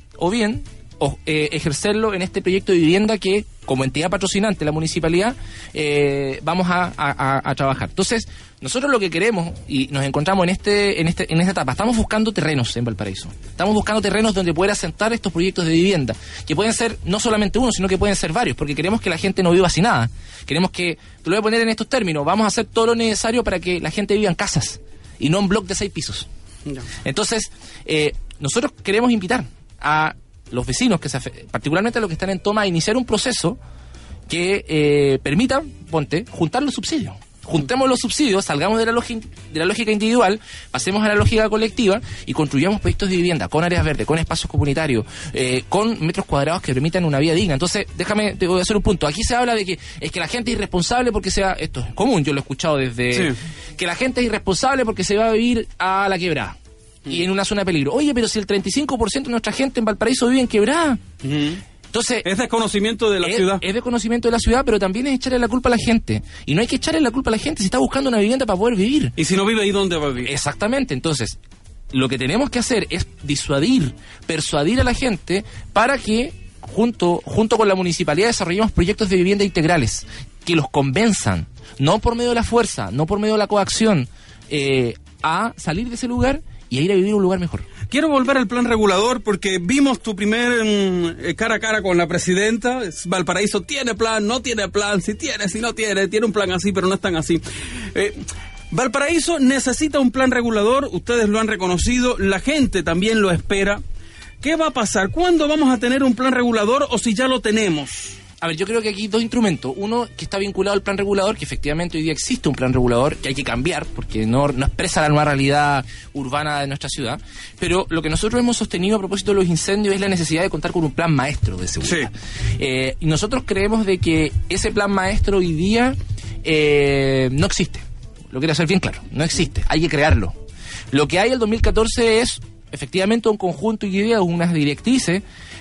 ejercerlo en este proyecto de vivienda que, como entidad patrocinante, la municipalidad, vamos a trabajar. Entonces, nosotros lo que queremos, y nos encontramos en esta etapa, estamos buscando terrenos en Valparaíso. Estamos buscando terrenos donde poder asentar estos proyectos de vivienda, que pueden ser no solamente uno, sino que pueden ser varios, porque queremos que la gente no viva sin nada. Queremos que, te lo voy a poner en estos términos, vamos a hacer todo lo necesario para que la gente viva en casas, y no en bloques de 6 pisos. No. Entonces, nosotros queremos invitar a los vecinos, particularmente a los que están en toma, a iniciar un proceso que permita, juntar los subsidios. Juntemos los subsidios, salgamos de la lógica individual, pasemos a la lógica colectiva y construyamos proyectos de vivienda con áreas verdes, con espacios comunitarios, con metros cuadrados que permitan una vida digna. Entonces, te voy a hacer un punto. Aquí se habla de que es que la gente es irresponsable porque esto es común, yo lo he escuchado desde... Sí. Que la gente es irresponsable porque se va a vivir a la quebrada y en una zona de peligro. Oye, pero si el 35% de nuestra gente en Valparaíso vive en quebrada. Entonces, es desconocimiento de la ciudad. Es desconocimiento de la ciudad, pero también es echarle la culpa a la gente. Y no hay que echarle la culpa a la gente si está buscando una vivienda para poder vivir. Y si no vive ahí, ¿dónde va a vivir? Exactamente. Entonces, lo que tenemos que hacer es persuadir a la gente para que, junto con la municipalidad, desarrollemos proyectos de vivienda integrales que los convenzan, no por medio de la fuerza, no por medio de la coacción, a salir de ese lugar y a ir a vivir a un lugar mejor. Quiero volver al plan regulador porque vimos tu primer cara a cara con la presidenta. Valparaíso tiene plan, no tiene plan, si no tiene un plan así, pero no es tan así. Valparaíso necesita un plan regulador, ustedes lo han reconocido, la gente también lo espera. ¿Qué va a pasar? ¿Cuándo vamos a tener un plan regulador o si ya lo tenemos? A ver, yo creo que aquí hay dos instrumentos. Uno que está vinculado al plan regulador, que efectivamente hoy día existe un plan regulador que hay que cambiar porque no expresa la nueva realidad urbana de nuestra ciudad. Pero lo que nosotros hemos sostenido a propósito de los incendios es la necesidad de contar con un plan maestro de seguridad. Sí. Y nosotros creemos de que ese plan maestro hoy día no existe. Lo quiero hacer bien claro, no existe. Hay que crearlo. Lo que hay el 2014 es efectivamente un conjunto de ideas, unas directrices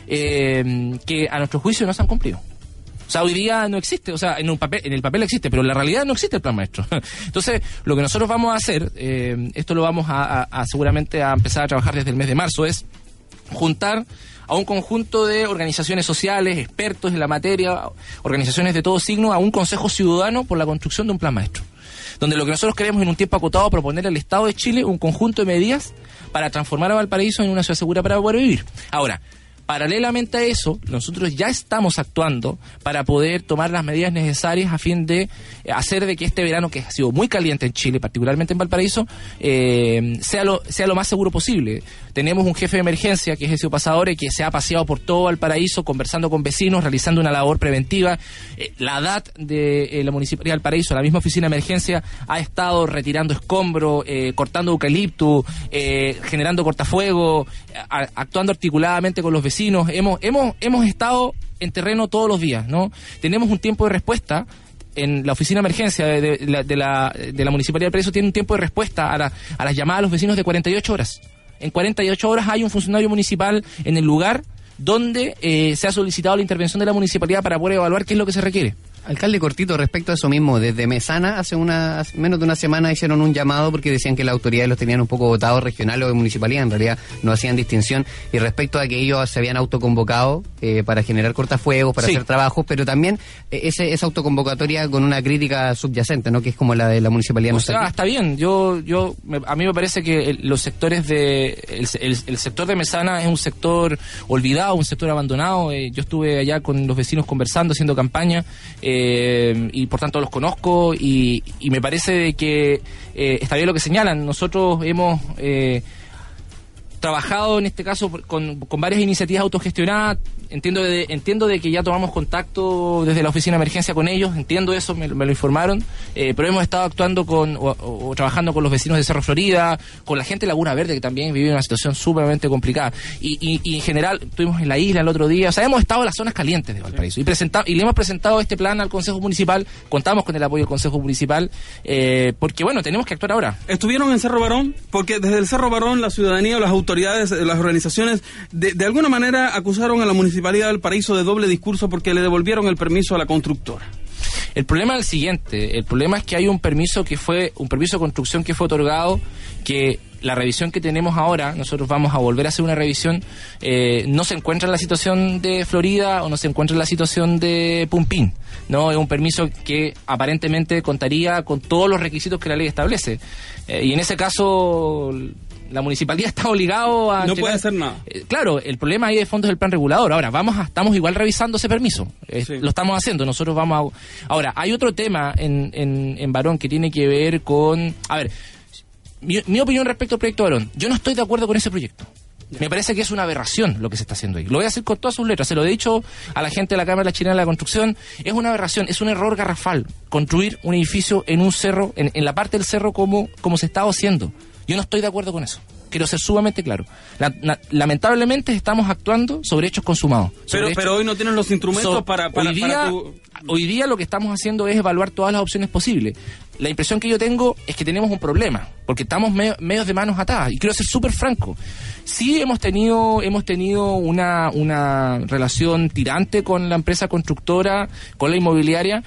que a nuestro juicio no se han cumplido. O sea, hoy día no existe, o sea, en el papel existe, pero en la realidad no existe el plan maestro. Entonces, lo que nosotros vamos a hacer, esto lo vamos a seguramente a empezar a trabajar desde el mes de marzo, es juntar a un conjunto de organizaciones sociales, expertos en la materia, organizaciones de todo signo, a un consejo ciudadano por la construcción de un plan maestro. Donde lo que nosotros queremos en un tiempo acotado proponer al Estado de Chile un conjunto de medidas para transformar a Valparaíso en una ciudad segura para poder vivir. Ahora, paralelamente a eso, nosotros ya estamos actuando para poder tomar las medidas necesarias a fin de hacer de que este verano, que ha sido muy caliente en Chile, particularmente en Valparaíso, sea lo más seguro posible. Tenemos un jefe de emergencia, que es Ezio Pasadore, que se ha paseado por todo Valparaíso, conversando con vecinos, realizando una labor preventiva. La DAT de la Municipalidad de Valparaíso, la misma oficina de emergencia, ha estado retirando escombros, cortando eucalipto, generando cortafuegos, actuando articuladamente con los vecinos. Hemos estado en terreno todos los días, ¿no? Tenemos un tiempo de respuesta. En la oficina de emergencia de la Municipalidad de Valparaíso tiene un tiempo de respuesta a las llamadas a los vecinos de 48 horas. En 48 horas hay un funcionario municipal en el lugar donde se ha solicitado la intervención de la municipalidad para poder evaluar qué es lo que se requiere. Alcalde, cortito, respecto a eso mismo, desde Mesana hace menos de una semana hicieron un llamado porque decían que las autoridades los tenían un poco votados, regional o de municipalidad, en realidad no hacían distinción, y respecto a que ellos se habían autoconvocado para generar cortafuegos, para hacer trabajos, pero también esa autoconvocatoria con una crítica subyacente, ¿no? Que es como la de la municipalidad. O sea, está bien, a mí me parece que los sectores el sector de Mesana es un sector olvidado, un sector abandonado. Yo estuve allá con los vecinos conversando, haciendo campaña, y por tanto los conozco y me parece que está bien lo que señalan. Nosotros hemos trabajado en este caso con varias iniciativas autogestionadas. Entiendo de que ya tomamos contacto desde la oficina de emergencia con ellos, entiendo eso, me lo informaron, pero hemos estado actuando o trabajando con los vecinos de Cerro Florida, con la gente de Laguna Verde, que también vive una situación sumamente complicada, y en general estuvimos en la isla el otro día. O sea, hemos estado en las zonas calientes de Valparaíso y le hemos presentado este plan al Consejo Municipal. Contamos con el apoyo del Consejo Municipal, porque bueno, tenemos que actuar ahora. ¿Estuvieron en Cerro Barón? Porque desde el Cerro Barón la ciudadanía, las autoridades, las organizaciones de alguna manera acusaron a la Municipalidad de Valparaíso de doble discurso porque le devolvieron el permiso a la constructora. El problema es el siguiente, el problema es que hay un permiso de construcción que fue otorgado, que la revisión que tenemos ahora, nosotros vamos a volver a hacer una revisión, no se encuentra en la situación de Florida o no se encuentra en la situación de Pumpín, ¿no? Es un permiso que aparentemente contaría con todos los requisitos que la ley establece, y en ese caso la municipalidad está obligado a... No puede hacer nada. Claro, el problema ahí de fondo es el plan regulador. Ahora, estamos igual revisando ese permiso. Sí. Lo estamos haciendo. Nosotros vamos a... Ahora, hay otro tema en Barón que tiene que ver con... A ver, mi opinión respecto al proyecto Barón. Yo no estoy de acuerdo con ese proyecto. Me parece que es una aberración lo que se está haciendo ahí. Lo voy a decir con todas sus letras. Se lo he dicho a la gente de la Cámara Chilena de la Construcción. Es una aberración, es un error garrafal construir un edificio en un cerro, en la parte del cerro como se estaba haciendo. Yo no estoy de acuerdo con eso. Quiero ser sumamente claro. Lamentablemente estamos actuando sobre hechos consumados. Pero hoy no tienen los instrumentos para Hoy día lo que estamos haciendo es evaluar todas las opciones posibles. La impresión que yo tengo es que tenemos un problema, porque estamos medios de manos atadas. Y quiero ser súper franco. Sí hemos tenido una relación tirante con la empresa constructora, con la inmobiliaria,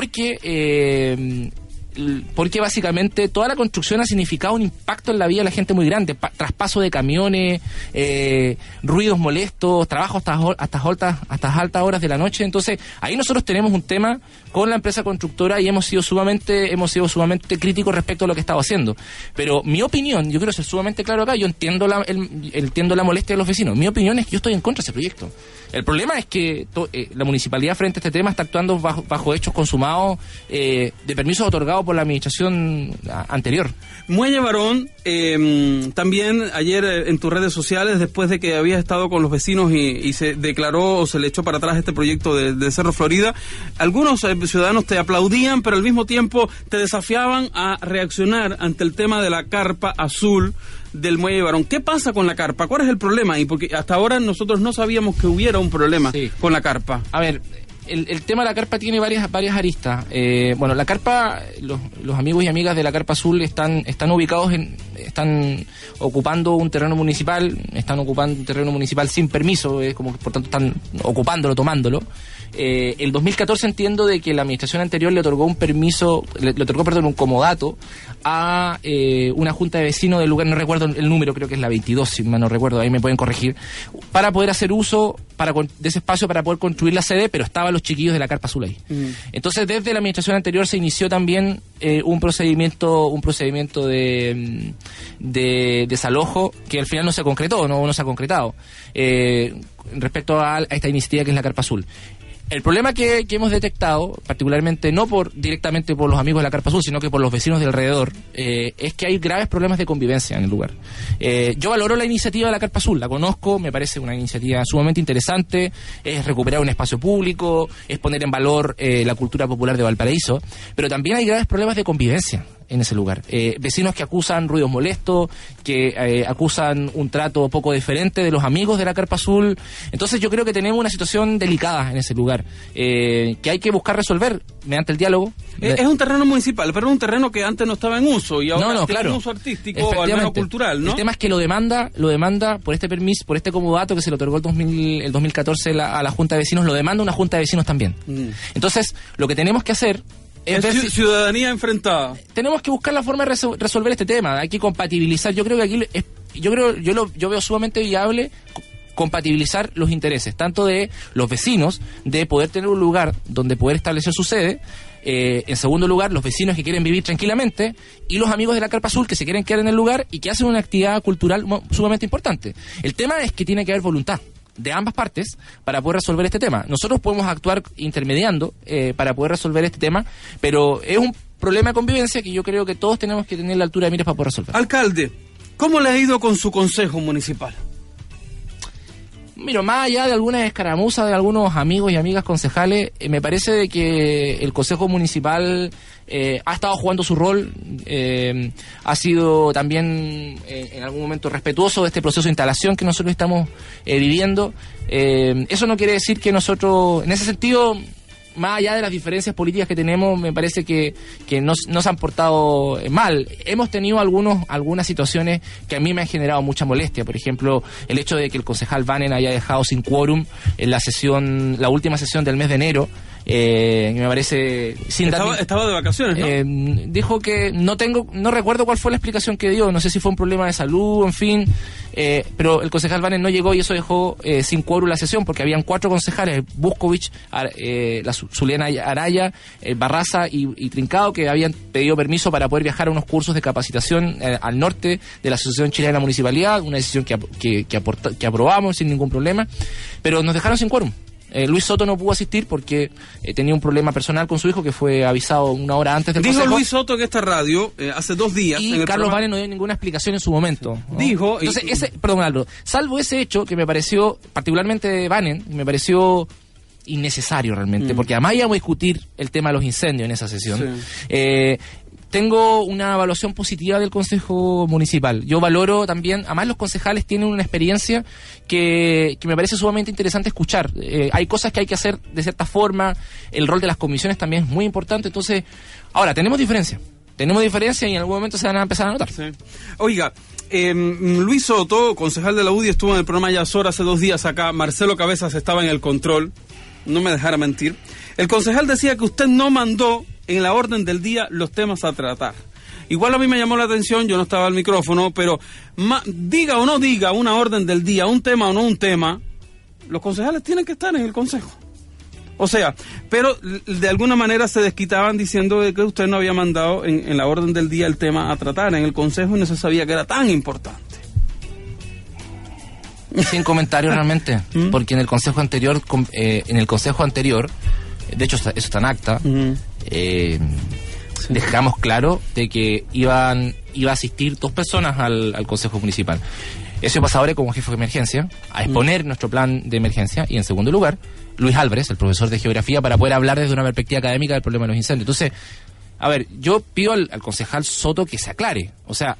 porque básicamente toda la construcción ha significado un impacto en la vida de la gente muy grande, traspaso de camiones, ruidos molestos, trabajo hasta altas horas de la noche. Entonces ahí nosotros tenemos un tema con la empresa constructora y hemos sido sumamente críticos respecto a lo que estaba haciendo. Pero mi opinión, yo quiero ser sumamente claro acá, yo entiendo la molestia de los vecinos. Mi opinión es que yo estoy en contra de ese proyecto. El problema es que la municipalidad frente a este tema está actuando bajo hechos consumados de permisos otorgados por la administración anterior. Muelle Barón, también ayer en tus redes sociales, después de que habías estado con los vecinos y se declaró o se le echó para atrás este proyecto de Cerro Florida, algunos ciudadanos te aplaudían, pero al mismo tiempo te desafiaban a reaccionar ante el tema de la carpa azul del Muelle Barón. ¿Qué pasa con la carpa? ¿Cuál es el problema? Y porque hasta ahora nosotros no sabíamos que hubiera un problema con la carpa. A ver, el tema de la carpa tiene varias aristas. Bueno, la carpa, los amigos y amigas de la carpa azul están ubicados están ocupando un terreno municipal, sin permiso, como que por tanto están ocupándolo, tomándolo. El 2014 entiendo de que la administración anterior le otorgó un comodato a una junta de vecinos del lugar, no recuerdo el número, creo que es la 22, si mal no recuerdo, ahí me pueden corregir, para poder hacer uso de ese espacio para poder construir la sede, pero estaban los chiquillos de la carpa azul ahí. Entonces, desde la administración anterior se inició también un procedimiento de desalojo que al final no se concretó, no se ha concretado respecto a esta iniciativa que es la carpa azul. El problema que hemos detectado, particularmente no directamente por los amigos de la carpa azul, sino que por los vecinos de alrededor, es que hay graves problemas de convivencia en el lugar. Yo valoro la iniciativa de la carpa azul, la conozco, me parece una iniciativa sumamente interesante, es recuperar un espacio público, es poner en valor la cultura popular de Valparaíso, pero también hay graves problemas de convivencia en ese lugar. Vecinos que acusan ruidos molestos, que acusan un trato poco diferente de los amigos de la carpa azul. Entonces yo creo que tenemos una situación delicada en ese lugar, que hay que buscar resolver mediante el diálogo. Es un terreno municipal, pero es un terreno que antes no estaba en uso y ahora tiene un uso artístico o al menos cultural, ¿no? El tema es que lo demanda por este permiso, por este comodato que se le otorgó el 2014 a la Junta de Vecinos, lo demanda una Junta de Vecinos también. Entonces, lo que tenemos que hacer es ciudadanía enfrentada. Tenemos que buscar la forma de resolver este tema. Hay que compatibilizar. Yo creo que aquí yo veo sumamente viable compatibilizar los intereses, tanto de los vecinos, de poder tener un lugar donde poder establecer su sede. En segundo lugar, los vecinos que quieren vivir tranquilamente, y los amigos de la carpa azul que se quieren quedar en el lugar y que hacen una actividad cultural sumamente importante. El tema es que tiene que haber voluntad de ambas partes para poder resolver este tema. Nosotros podemos actuar intermediando para poder resolver este tema, pero es un problema de convivencia que yo creo que todos tenemos que tener la altura de miras para poder resolver. Alcalde, ¿cómo le ha ido con su consejo municipal? Mira, más allá de algunas escaramuzas de algunos amigos y amigas concejales, me parece de que el Consejo Municipal ha estado jugando su rol, ha sido también en algún momento respetuoso de este proceso de instalación que nosotros estamos viviendo. Eso no quiere decir que nosotros, en ese sentido, más allá de las diferencias políticas que tenemos, me parece que no se han portado mal. Hemos tenido algunas situaciones que a mí me han generado mucha molestia. Por ejemplo, el hecho de que el concejal Vanen haya dejado sin quórum en la última sesión del mes de enero. Me parece estaba de vacaciones, ¿no? Dijo que no recuerdo cuál fue la explicación que dio, no sé si fue un problema de salud, en fin, pero el concejal Vanen no llegó y eso dejó sin quórum la sesión, porque habían 4 concejales, Buscovich, la Zuliana Araya, Barraza y Trincado, que habían pedido permiso para poder viajar a unos cursos de capacitación al norte de la Asociación Chilena de la Municipalidad, una decisión que aprobamos sin ningún problema, pero nos dejaron sin quórum. Luis Soto no pudo asistir porque tenía un problema personal con su hijo que fue avisado una hora antes del consejo. Dijo Luis Soto en esta radio hace 2 días. Y Carlos Vanen no dio ninguna explicación en su momento, ¿no? Dijo. Entonces, perdón, Aldo, salvo ese hecho que me pareció, particularmente de Vanen, me pareció innecesario realmente, porque además íbamos a discutir el tema de los incendios en esa sesión. Sí. Tengo una evaluación positiva del Consejo Municipal. Yo valoro también, además los concejales tienen una experiencia que me parece sumamente interesante escuchar. Hay cosas que hay que hacer de cierta forma, el rol de las comisiones también es muy importante. Entonces, ahora, tenemos diferencia y en algún momento se van a empezar a notar. Sí. Oiga, Luis Soto, concejal de la UDI, estuvo en el programa Yazor hace 2 días acá. Marcelo Cabezas estaba en el control, no me dejara mentir. El concejal decía que usted no mandó en la orden del día los temas a tratar. Igual a mí me llamó la atención, yo no estaba al micrófono, pero diga o no diga una orden del día, un tema o no un tema, los concejales tienen que estar en el consejo. O sea, pero de alguna manera se desquitaban diciendo de que usted no había mandado en la orden del día el tema a tratar en el consejo y no se sabía que era tan importante. Sin comentarios realmente, porque en el consejo anterior, de hecho eso está en acta. dejamos claro de que iba a asistir 2 personas al Consejo Municipal. Ezio Pasadore como jefe de emergencia, a exponer nuestro plan de emergencia, y en segundo lugar, Luis Álvarez, el profesor de geografía, para poder hablar desde una perspectiva académica del problema de los incendios. Entonces, a ver, yo pido al concejal Soto que se aclare. O sea,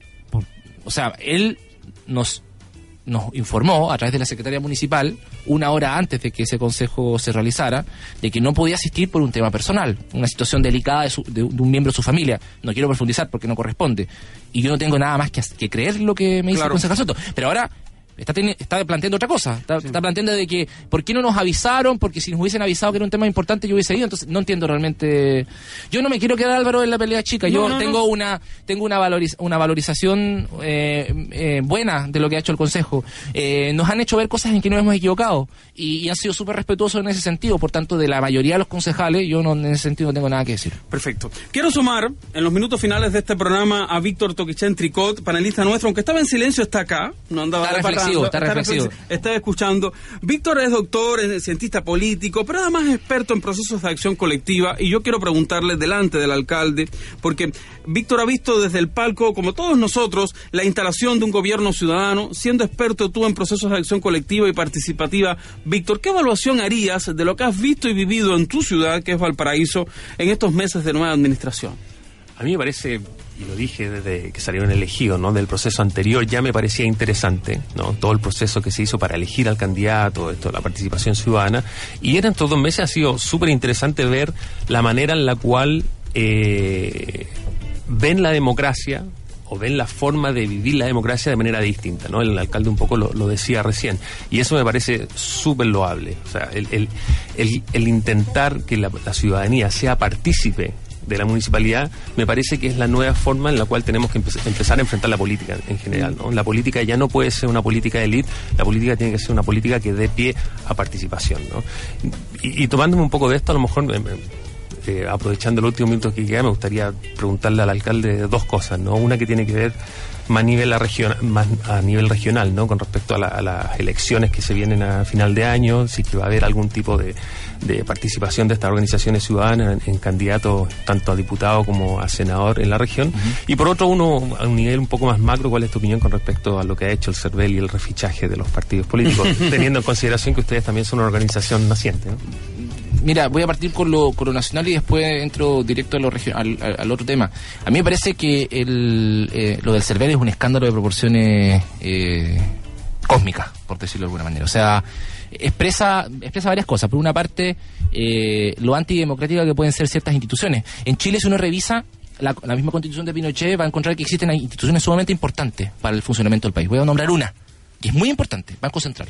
él nos informó a través de la Secretaría Municipal, 1 hora antes de que ese consejo se realizara, de que no podía asistir por un tema personal, una situación delicada de un miembro de su familia. No quiero profundizar porque no corresponde. Y yo no tengo nada más que creer lo que me dice el concejal Soto. Pero ahora está planteando otra cosa. Está planteando de que, ¿por qué no nos avisaron? Porque si nos hubiesen avisado que era un tema importante, yo hubiese ido. Entonces, no entiendo realmente. Yo no me quiero quedar, Álvaro, en la pelea chica. Tengo una valorización buena de lo que ha hecho el Consejo. Nos han hecho ver cosas en que nos hemos equivocado. Y han sido súper respetuosos en ese sentido. Por tanto, de la mayoría de los concejales, yo en ese sentido no tengo nada que decir. Perfecto. Quiero sumar, en los minutos finales de este programa, a Víctor Toquichén Tricot, panelista nuestro, aunque estaba en silencio, está acá. No andaba Está reflexivo. Estaba escuchando. Víctor es doctor, es cientista político, pero además es experto en procesos de acción colectiva, y yo quiero preguntarle delante del alcalde, porque Víctor ha visto desde el palco, como todos nosotros, la instalación de un gobierno ciudadano. Siendo experto tú en procesos de acción colectiva y participativa, Víctor, ¿qué evaluación harías de lo que has visto y vivido en tu ciudad, que es Valparaíso, en estos meses de nueva administración? A mí me parece, y lo dije desde que salieron elegidos, ¿no? Del proceso anterior ya me parecía interesante, ¿no? Todo el proceso que se hizo para elegir al candidato, la participación ciudadana, y en estos 2 meses ha sido súper interesante ver la manera en la cual ven la democracia, o ven la forma de vivir la democracia de manera distinta, ¿no? El alcalde un poco lo decía recién, y eso me parece súper loable. O sea, el intentar que la ciudadanía sea partícipe de la municipalidad, me parece que es la nueva forma en la cual tenemos que empezar a enfrentar la política en general, ¿no? La política ya no puede ser una política de élite, la política tiene que ser una política que dé pie a participación, ¿no? Y tomándome un poco de esto, a lo mejor, aprovechando el último minuto que queda, me gustaría preguntarle al alcalde 2 cosas, ¿no? Una que tiene que ver más a nivel regional, ¿no? Con respecto a las elecciones que se vienen a final de año, si que va a haber algún tipo de participación de estas organizaciones ciudadanas en candidatos tanto a diputado como a senador en la región. Y por otro, a un nivel un poco más macro, ¿cuál es tu opinión con respecto a lo que ha hecho el CERVEL y el refichaje de los partidos políticos, teniendo en consideración que ustedes también son una organización naciente, ¿no? Mira, voy a partir con lo nacional y después entro directo a al otro tema. A mí me parece que lo del CERVEL es un escándalo de proporciones cósmicas, por decirlo de alguna manera. O sea, expresa varias cosas. Por una parte, lo antidemocrática que pueden ser ciertas instituciones. En Chile, si uno revisa la misma constitución de Pinochet, va a encontrar que existen instituciones sumamente importantes para el funcionamiento del país. Voy a nombrar una, que es muy importante: Banco Central.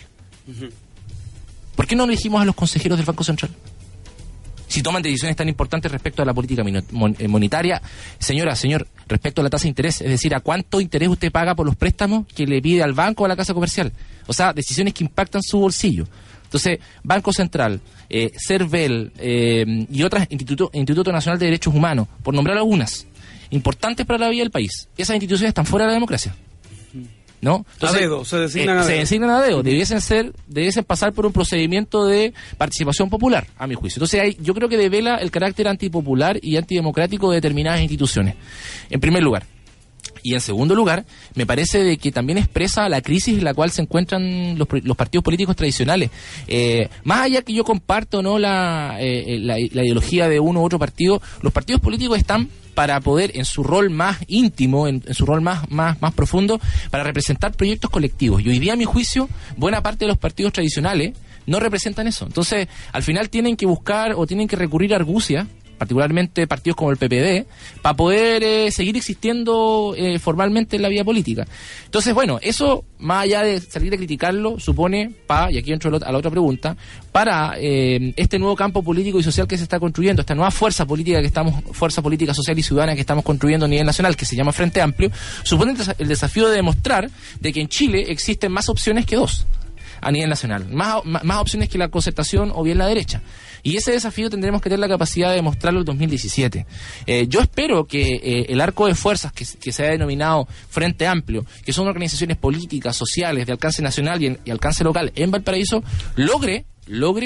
¿Por qué no elegimos a los consejeros del Banco Central? Si toman decisiones tan importantes respecto a la política monetaria, señor, respecto a la tasa de interés, es decir, a cuánto interés usted paga por los préstamos que le pide al banco o a la casa comercial. O sea, decisiones que impactan su bolsillo. Entonces, Banco Central, CERVEL y otras, Instituto Nacional de Derechos Humanos, por nombrar algunas, importantes para la vida del país. Esas instituciones están fuera de la democracia, ¿no? Entonces, a dedo, se designan a dedo. Se designan a dedo. Debiesen pasar por un procedimiento de participación popular, a mi juicio. Entonces, yo creo que devela el carácter antipopular y antidemocrático de determinadas instituciones, en primer lugar. Y en segundo lugar, me parece de que también expresa la crisis en la cual se encuentran los partidos políticos tradicionales. Más allá que yo comparto, ¿no?, la ideología de uno u otro partido, los partidos políticos están para poder, en su rol más íntimo, en su rol más profundo, para representar proyectos colectivos. Y hoy día, a mi juicio, buena parte de los partidos tradicionales no representan eso. Entonces, al final tienen que buscar o tienen que recurrir a argucias, particularmente partidos como el PPD, para poder seguir existiendo formalmente en la vida política. Entonces, bueno, eso, más allá de salir a criticarlo, supone, y aquí entro a la otra pregunta, para este nuevo campo político y social que se está construyendo, esta nueva fuerza política social y ciudadana que estamos construyendo a nivel nacional, que se llama Frente Amplio, supone el desafío de demostrar de que en Chile existen más opciones que 2 a nivel nacional, más opciones que la concertación o bien la derecha. Y ese desafío tendremos que tener la capacidad de demostrarlo en 2017. Yo espero que el arco de fuerzas que se ha denominado Frente Amplio, que son organizaciones políticas, sociales, de alcance nacional y alcance local en Valparaíso, logre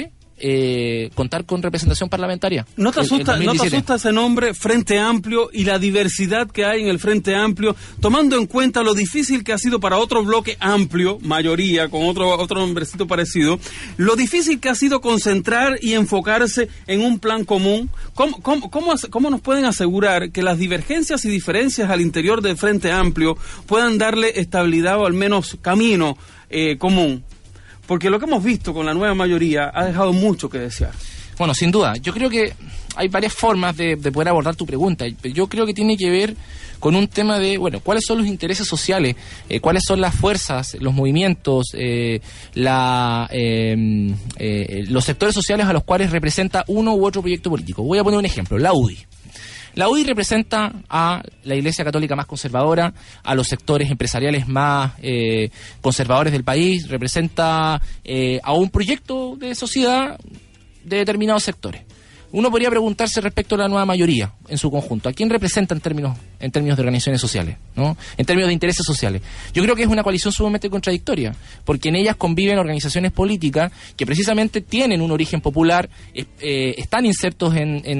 contar con representación parlamentaria. ¿No te asusta ese nombre, Frente Amplio, y la diversidad que hay en el Frente Amplio, tomando en cuenta lo difícil que ha sido para otro bloque amplio, mayoría, con otro nombrecito parecido, lo difícil que ha sido concentrar y enfocarse en un plan común? ¿Cómo nos pueden asegurar que las divergencias y diferencias al interior del Frente Amplio puedan darle estabilidad o al menos camino común? Porque lo que hemos visto con la nueva mayoría ha dejado mucho que desear. Bueno, sin duda. Yo creo que hay varias formas de poder abordar tu pregunta. Yo creo que tiene que ver con un tema de, bueno, cuáles son los intereses sociales, cuáles son las fuerzas, los movimientos, los sectores sociales a los cuales representa uno u otro proyecto político. Voy a poner un ejemplo, la UDI. La UDI representa a la Iglesia Católica más conservadora, a los sectores empresariales más conservadores del país, representa a un proyecto de sociedad de determinados sectores. Uno podría preguntarse respecto a la nueva mayoría en su conjunto, ¿a quién representa en términos de organizaciones sociales, ¿no? En términos de intereses sociales? Yo creo que es una coalición sumamente contradictoria, porque en ellas conviven organizaciones políticas que precisamente tienen un origen popular, están insertos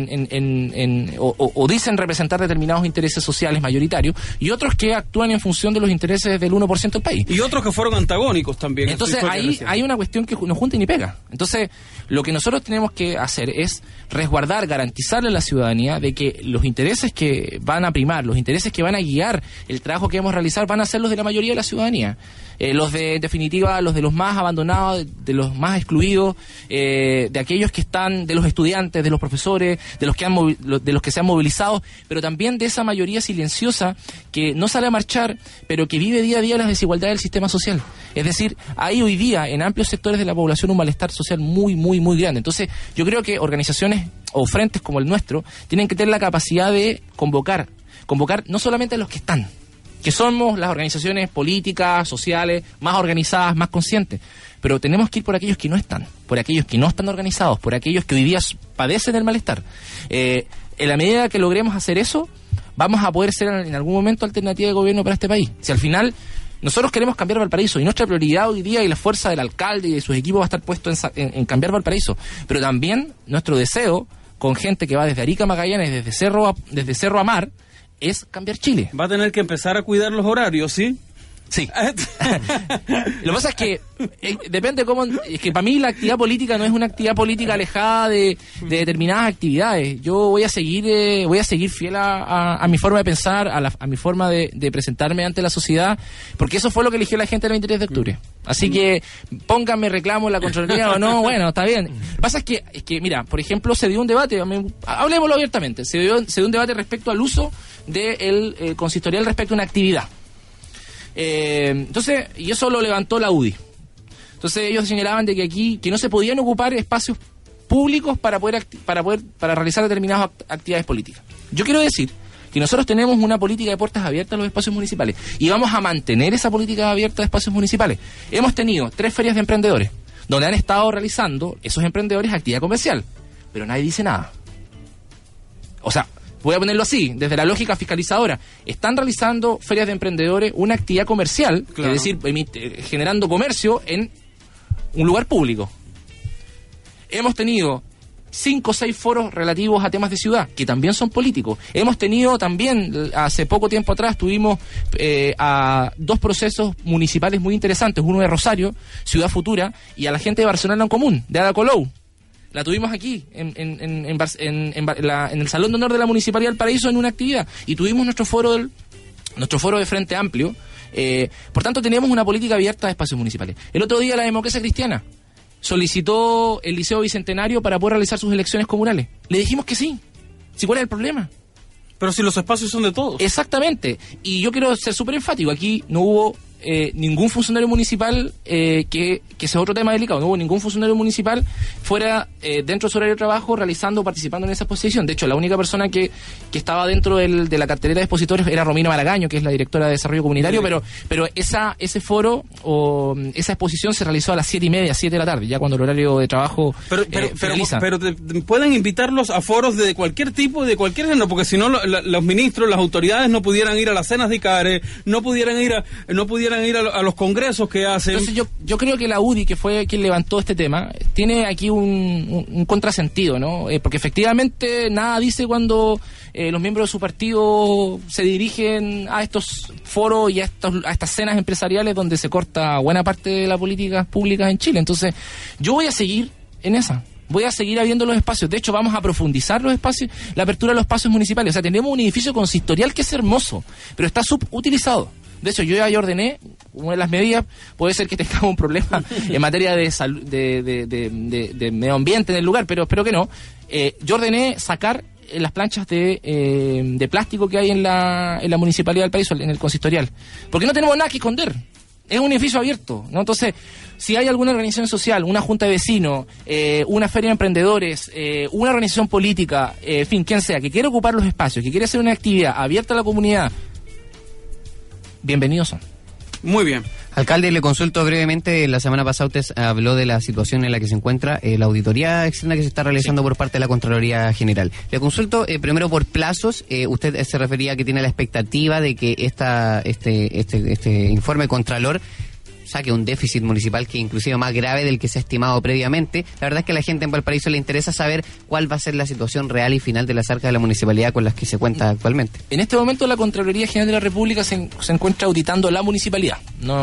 o dicen representar determinados intereses sociales mayoritarios, y otros que actúan en función de los intereses del 1% del país. Y otros que fueron antagónicos también. Entonces ahí hay una cuestión que nos junta y ni pega. Entonces, lo que nosotros tenemos que hacer es resguardar, garantizarle a la ciudadanía de que los intereses que van a primar, los intereses que van a guiar el trabajo que vamos a realizar van a ser los de la mayoría de la ciudadanía. Los de, en definitiva, los de los más abandonados, de los más excluidos, de aquellos que están, de los estudiantes, de los profesores, de los que se han movilizado, pero también de esa mayoría silenciosa que no sale a marchar, pero que vive día a día las desigualdades del sistema social. Es decir, hay hoy día en amplios sectores de la población un malestar social muy, muy, muy grande. Entonces, yo creo que organizaciones o frentes como el nuestro tienen que tener la capacidad de convocar no solamente a los que están, que somos las organizaciones políticas, sociales, más organizadas, más conscientes, pero tenemos que ir por aquellos que no están, por aquellos que no están organizados, por aquellos que hoy día padecen del malestar. En la medida que logremos hacer eso, vamos a poder ser en algún momento alternativa de gobierno para este país. Si al final nosotros queremos cambiar Valparaíso y nuestra prioridad hoy día y la fuerza del alcalde y de sus equipos va a estar puesto en cambiar Valparaíso, pero también nuestro deseo con gente que va desde Arica a Magallanes, desde Cerro a Mar, es cambiar Chile. Va a tener que empezar a cuidar los horarios, ¿sí? Sí. Lo que pasa es que depende cómo. Es que para mí la actividad política no es una actividad política alejada de determinadas actividades. Yo voy a seguir fiel a mi forma de pensar, a mi forma de presentarme ante la sociedad, porque eso fue lo que eligió la gente el 23 de octubre. Así que pónganme reclamo en la Contraloría o no, bueno, está bien. Lo que pasa es que, mira, por ejemplo, se dio un debate, hablemoslo abiertamente, se dio un debate respecto al uso del consistorial respecto a una actividad. Entonces, y eso lo levantó la UDI. Entonces ellos señalaban de que aquí, que no se podían ocupar espacios públicos para realizar determinadas actividades políticas. Yo quiero decir que nosotros tenemos una política de puertas abiertas a los espacios municipales y vamos a mantener esa política abierta de espacios municipales. Hemos tenido 3 ferias de emprendedores donde han estado realizando esos emprendedores actividad comercial, pero nadie dice nada. O sea, voy a ponerlo así, desde la lógica fiscalizadora, están realizando ferias de emprendedores una actividad comercial, claro, es decir, generando comercio en un lugar público. Hemos tenido 5 o 6 foros relativos a temas de ciudad, que también son políticos. Hemos tenido también, hace poco tiempo atrás, tuvimos a 2 procesos municipales muy interesantes, uno de Rosario, Ciudad Futura, y a la gente de Barcelona en Común, de Ada Colau. La tuvimos aquí, en el Salón de Honor de la Municipalidad del Paraíso, en una actividad. Y tuvimos nuestro foro de Frente Amplio. Por tanto, teníamos una política abierta de espacios municipales. El otro día la Democracia Cristiana solicitó el Liceo Bicentenario para poder realizar sus elecciones comunales. Le dijimos que sí. ¿Sí, cuál es el problema? Pero si los espacios son de todos. Exactamente. Y yo quiero ser súper enfático. Aquí no hubo ningún funcionario municipal, que ese es otro tema delicado, no hubo ningún funcionario municipal fuera dentro de su horario de trabajo realizando o participando en esa exposición. De hecho, la única persona que estaba dentro de la cartelera de expositores era Romina Maragaño, que es la directora de Desarrollo Comunitario, pero ese foro o esa exposición se realizó a las 7:30, 7 de la tarde, ya cuando el horario de trabajo finaliza. Pero pueden invitarlos a foros de cualquier tipo, de cualquier género, porque si no los ministros, las autoridades no pudieran ir a las cenas de ICARE, no pudieran pudieran ir a los congresos que hacen. Entonces yo creo que la UDI, que fue quien levantó este tema, tiene aquí un contrasentido, ¿no? Porque efectivamente nada dice cuando los miembros de su partido se dirigen a estos foros y a estas cenas empresariales donde se corta buena parte de las políticas públicas en Chile. Entonces yo voy a seguir en esa. Voy a seguir habiendo los espacios. De hecho, vamos a profundizar los espacios, la apertura de los espacios municipales. O sea, tenemos un edificio consistorial que es hermoso, pero está subutilizado. De hecho, yo ya ordené, una de las medidas, puede ser que tengamos un problema en materia de salud, de medio ambiente en el lugar, pero espero que no. Yo ordené sacar las planchas de plástico que hay en la Municipalidad del Valparaíso, en el consistorial. Porque no tenemos nada que esconder. Es un edificio abierto, ¿no? Entonces, si hay alguna organización social, una junta de vecinos, una feria de emprendedores, una organización política, en fin, quien sea, que quiere ocupar los espacios, que quiere hacer una actividad abierta a la comunidad, bienvenidos son. Muy bien. Alcalde, le consulto brevemente. La semana pasada usted habló de la situación en la que se encuentra la auditoría externa que se está realizando por parte de la Contraloría General. Le consulto primero por plazos. Usted se refería a que tiene la expectativa de que este informe Contralor saque un déficit municipal que inclusive más grave del que se ha estimado previamente. La verdad es que a la gente en Valparaíso le interesa saber cuál va a ser la situación real y final de las arcas de la municipalidad con las que se cuenta actualmente. En este momento la Contraloría General de la República se encuentra auditando la municipalidad.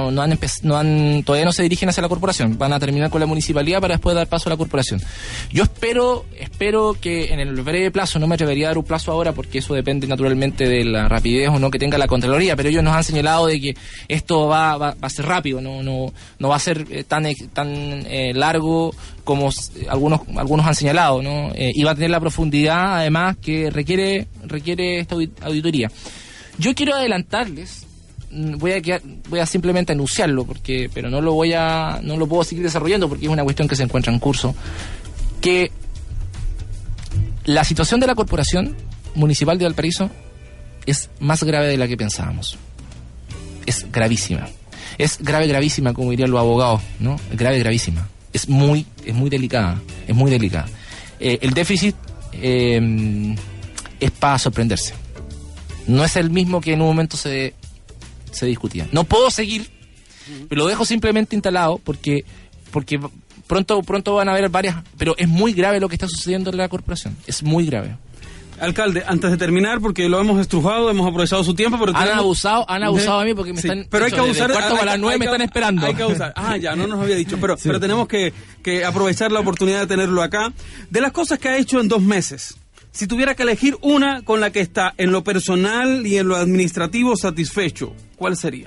Todavía no se dirigen hacia la corporación. Van a terminar con la municipalidad para después dar paso a la corporación. Yo espero que en el breve plazo, no me atrevería a dar un plazo ahora porque eso depende naturalmente de la rapidez o no que tenga la Contraloría, pero ellos nos han señalado de que esto va a ser rápido, no va a ser tan largo como algunos han señalado, ¿no? Y va a tener la profundidad además que requiere esta auditoría. Yo quiero adelantarles, voy a simplemente anunciarlo pero no lo puedo seguir desarrollando porque es una cuestión que se encuentra en curso, que la situación de la Corporación Municipal de Valparaíso es más grave de la que pensábamos. Es gravísima. Es gravísima, como dirían los abogados, ¿no? Gravísima. Es muy delicada. Es muy delicada. El déficit es para sorprenderse. No es el mismo que en un momento se discutía. No puedo seguir, pero lo dejo simplemente instalado porque pronto van a haber varias, pero es muy grave lo que está sucediendo en la corporación. Es muy grave. Alcalde, antes de terminar, porque lo hemos estrujado, hemos aprovechado su tiempo, pero han abusado a mí porque me están... Pero hay que abusar... Cuarto a las 9 me están esperando. Hay que abusar. Ya, no nos había dicho. Pero tenemos que aprovechar la oportunidad de tenerlo acá. De las cosas que ha hecho en 2 meses, si tuviera que elegir una con la que está en lo personal y en lo administrativo satisfecho, ¿cuál sería?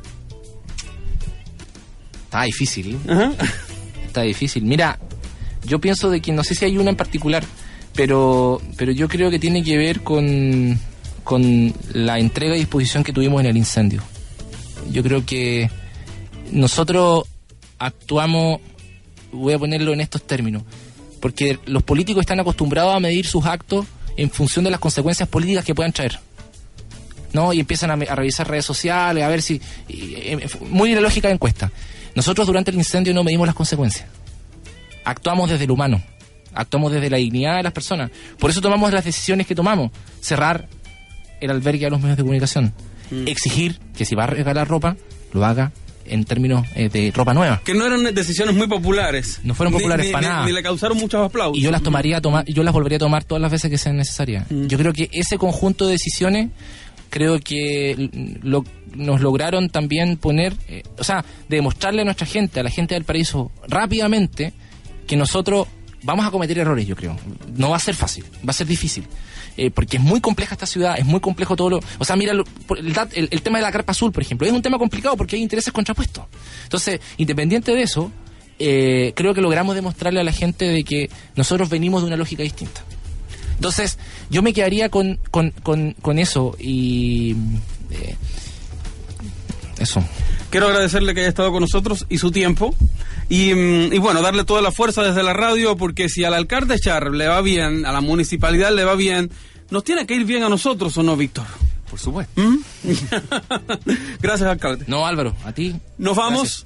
Está difícil. Ajá. Está difícil. Mira, yo pienso de que no sé si hay una en particular, pero yo creo que tiene que ver con la entrega y disposición que tuvimos en el incendio. Yo creo que nosotros actuamos, voy a ponerlo en estos términos, porque los políticos están acostumbrados a medir sus actos en función de las consecuencias políticas que puedan traer, ¿no? Y empiezan a revisar redes sociales, a ver si... muy la lógica de encuesta. Nosotros durante el incendio no medimos las consecuencias. Actuamos desde lo humano. Actuamos desde la dignidad de las personas. Por eso tomamos las decisiones que tomamos. Cerrar el albergue a los medios de comunicación. Exigir que si va a regalar ropa, lo haga en términos de ropa nueva. Que no eran decisiones muy populares. No fueron populares para nada. Ni le causaron muchos aplausos. Y yo las volvería a tomar todas las veces que sean necesarias. Yo creo que ese conjunto de decisiones, creo que nos lograron también poner, demostrarle a nuestra gente, a la gente del Valparaíso, rápidamente, que nosotros vamos a cometer errores, yo creo. No va a ser fácil, va a ser difícil. Porque es muy compleja esta ciudad, es muy complejo todo lo... O sea, mira, el tema de la carpa azul, por ejemplo, es un tema complicado porque hay intereses contrapuestos. Entonces, independiente de eso, creo que logramos demostrarle a la gente de que nosotros venimos de una lógica distinta. Entonces, yo me quedaría con eso y... eso. Quiero agradecerle que haya estado con nosotros y su tiempo. Y bueno, darle toda la fuerza desde la radio, porque si al alcalde Char le va bien, a la municipalidad le va bien, nos tiene que ir bien a nosotros, ¿o no, Víctor? Por supuesto. Gracias, alcalde. No, Álvaro, a ti. Nos vamos.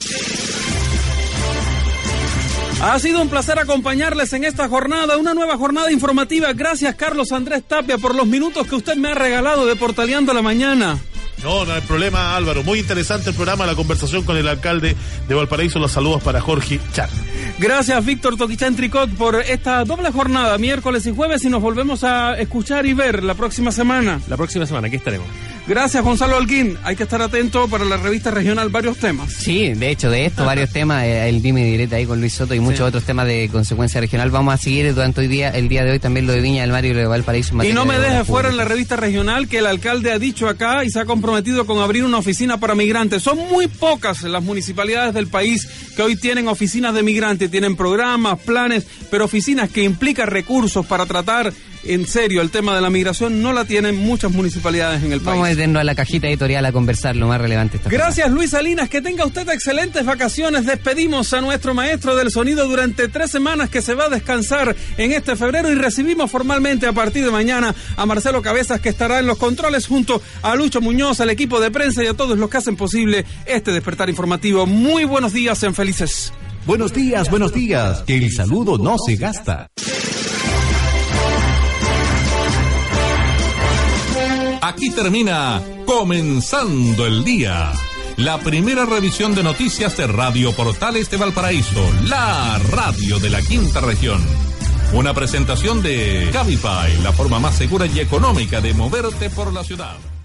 Ha sido un placer acompañarles en esta jornada, una nueva jornada informativa. Gracias, Carlos Andrés Tapia, por los minutos que usted me ha regalado de Portaleando la Mañana. No hay problema, Álvaro. Muy interesante el programa, la conversación con el alcalde de Valparaíso. Los saludos para Jorge Char. Gracias, Víctor Toquichán Tricot, por esta doble jornada, miércoles y jueves, y nos volvemos a escuchar y ver la próxima semana. La próxima semana, aquí estaremos. Gracias, Gonzalo Holguín. Hay que estar atento para la revista regional, varios temas. Sí, de hecho, de esto, varios temas, el dime y direte ahí con Luis Soto y muchos otros temas de consecuencia regional. Vamos a seguir durante el día de hoy también lo de Viña del Mar y lo de Valparaíso. Y no me deje fuera en la revista regional que el alcalde ha dicho acá y se ha comprometido con abrir una oficina para migrantes. Son muy pocas las municipalidades del país que hoy tienen oficinas de migrantes, tienen programas, planes, pero oficinas que implican recursos para tratar en serio el tema de la migración no la tienen muchas municipalidades en el país. Vamos a irnos a la cajita editorial a conversar lo más relevante esta Gracias, semana. Luis Salinas, que tenga usted excelentes vacaciones. Despedimos a nuestro maestro del sonido durante 3 semanas que se va a descansar en este febrero, y recibimos formalmente a partir de mañana a Marcelo Cabezas, que estará en los controles junto a Lucho Muñoz, al equipo de prensa y a todos los que hacen posible este despertar informativo. Muy buenos días, sean felices. Buenos días, que el saludo no se gasta. Aquí termina Comenzando el Día, la primera revisión de noticias de Radio Portales de Valparaíso, la radio de la quinta región. Una presentación de Cabify, la forma más segura y económica de moverte por la ciudad.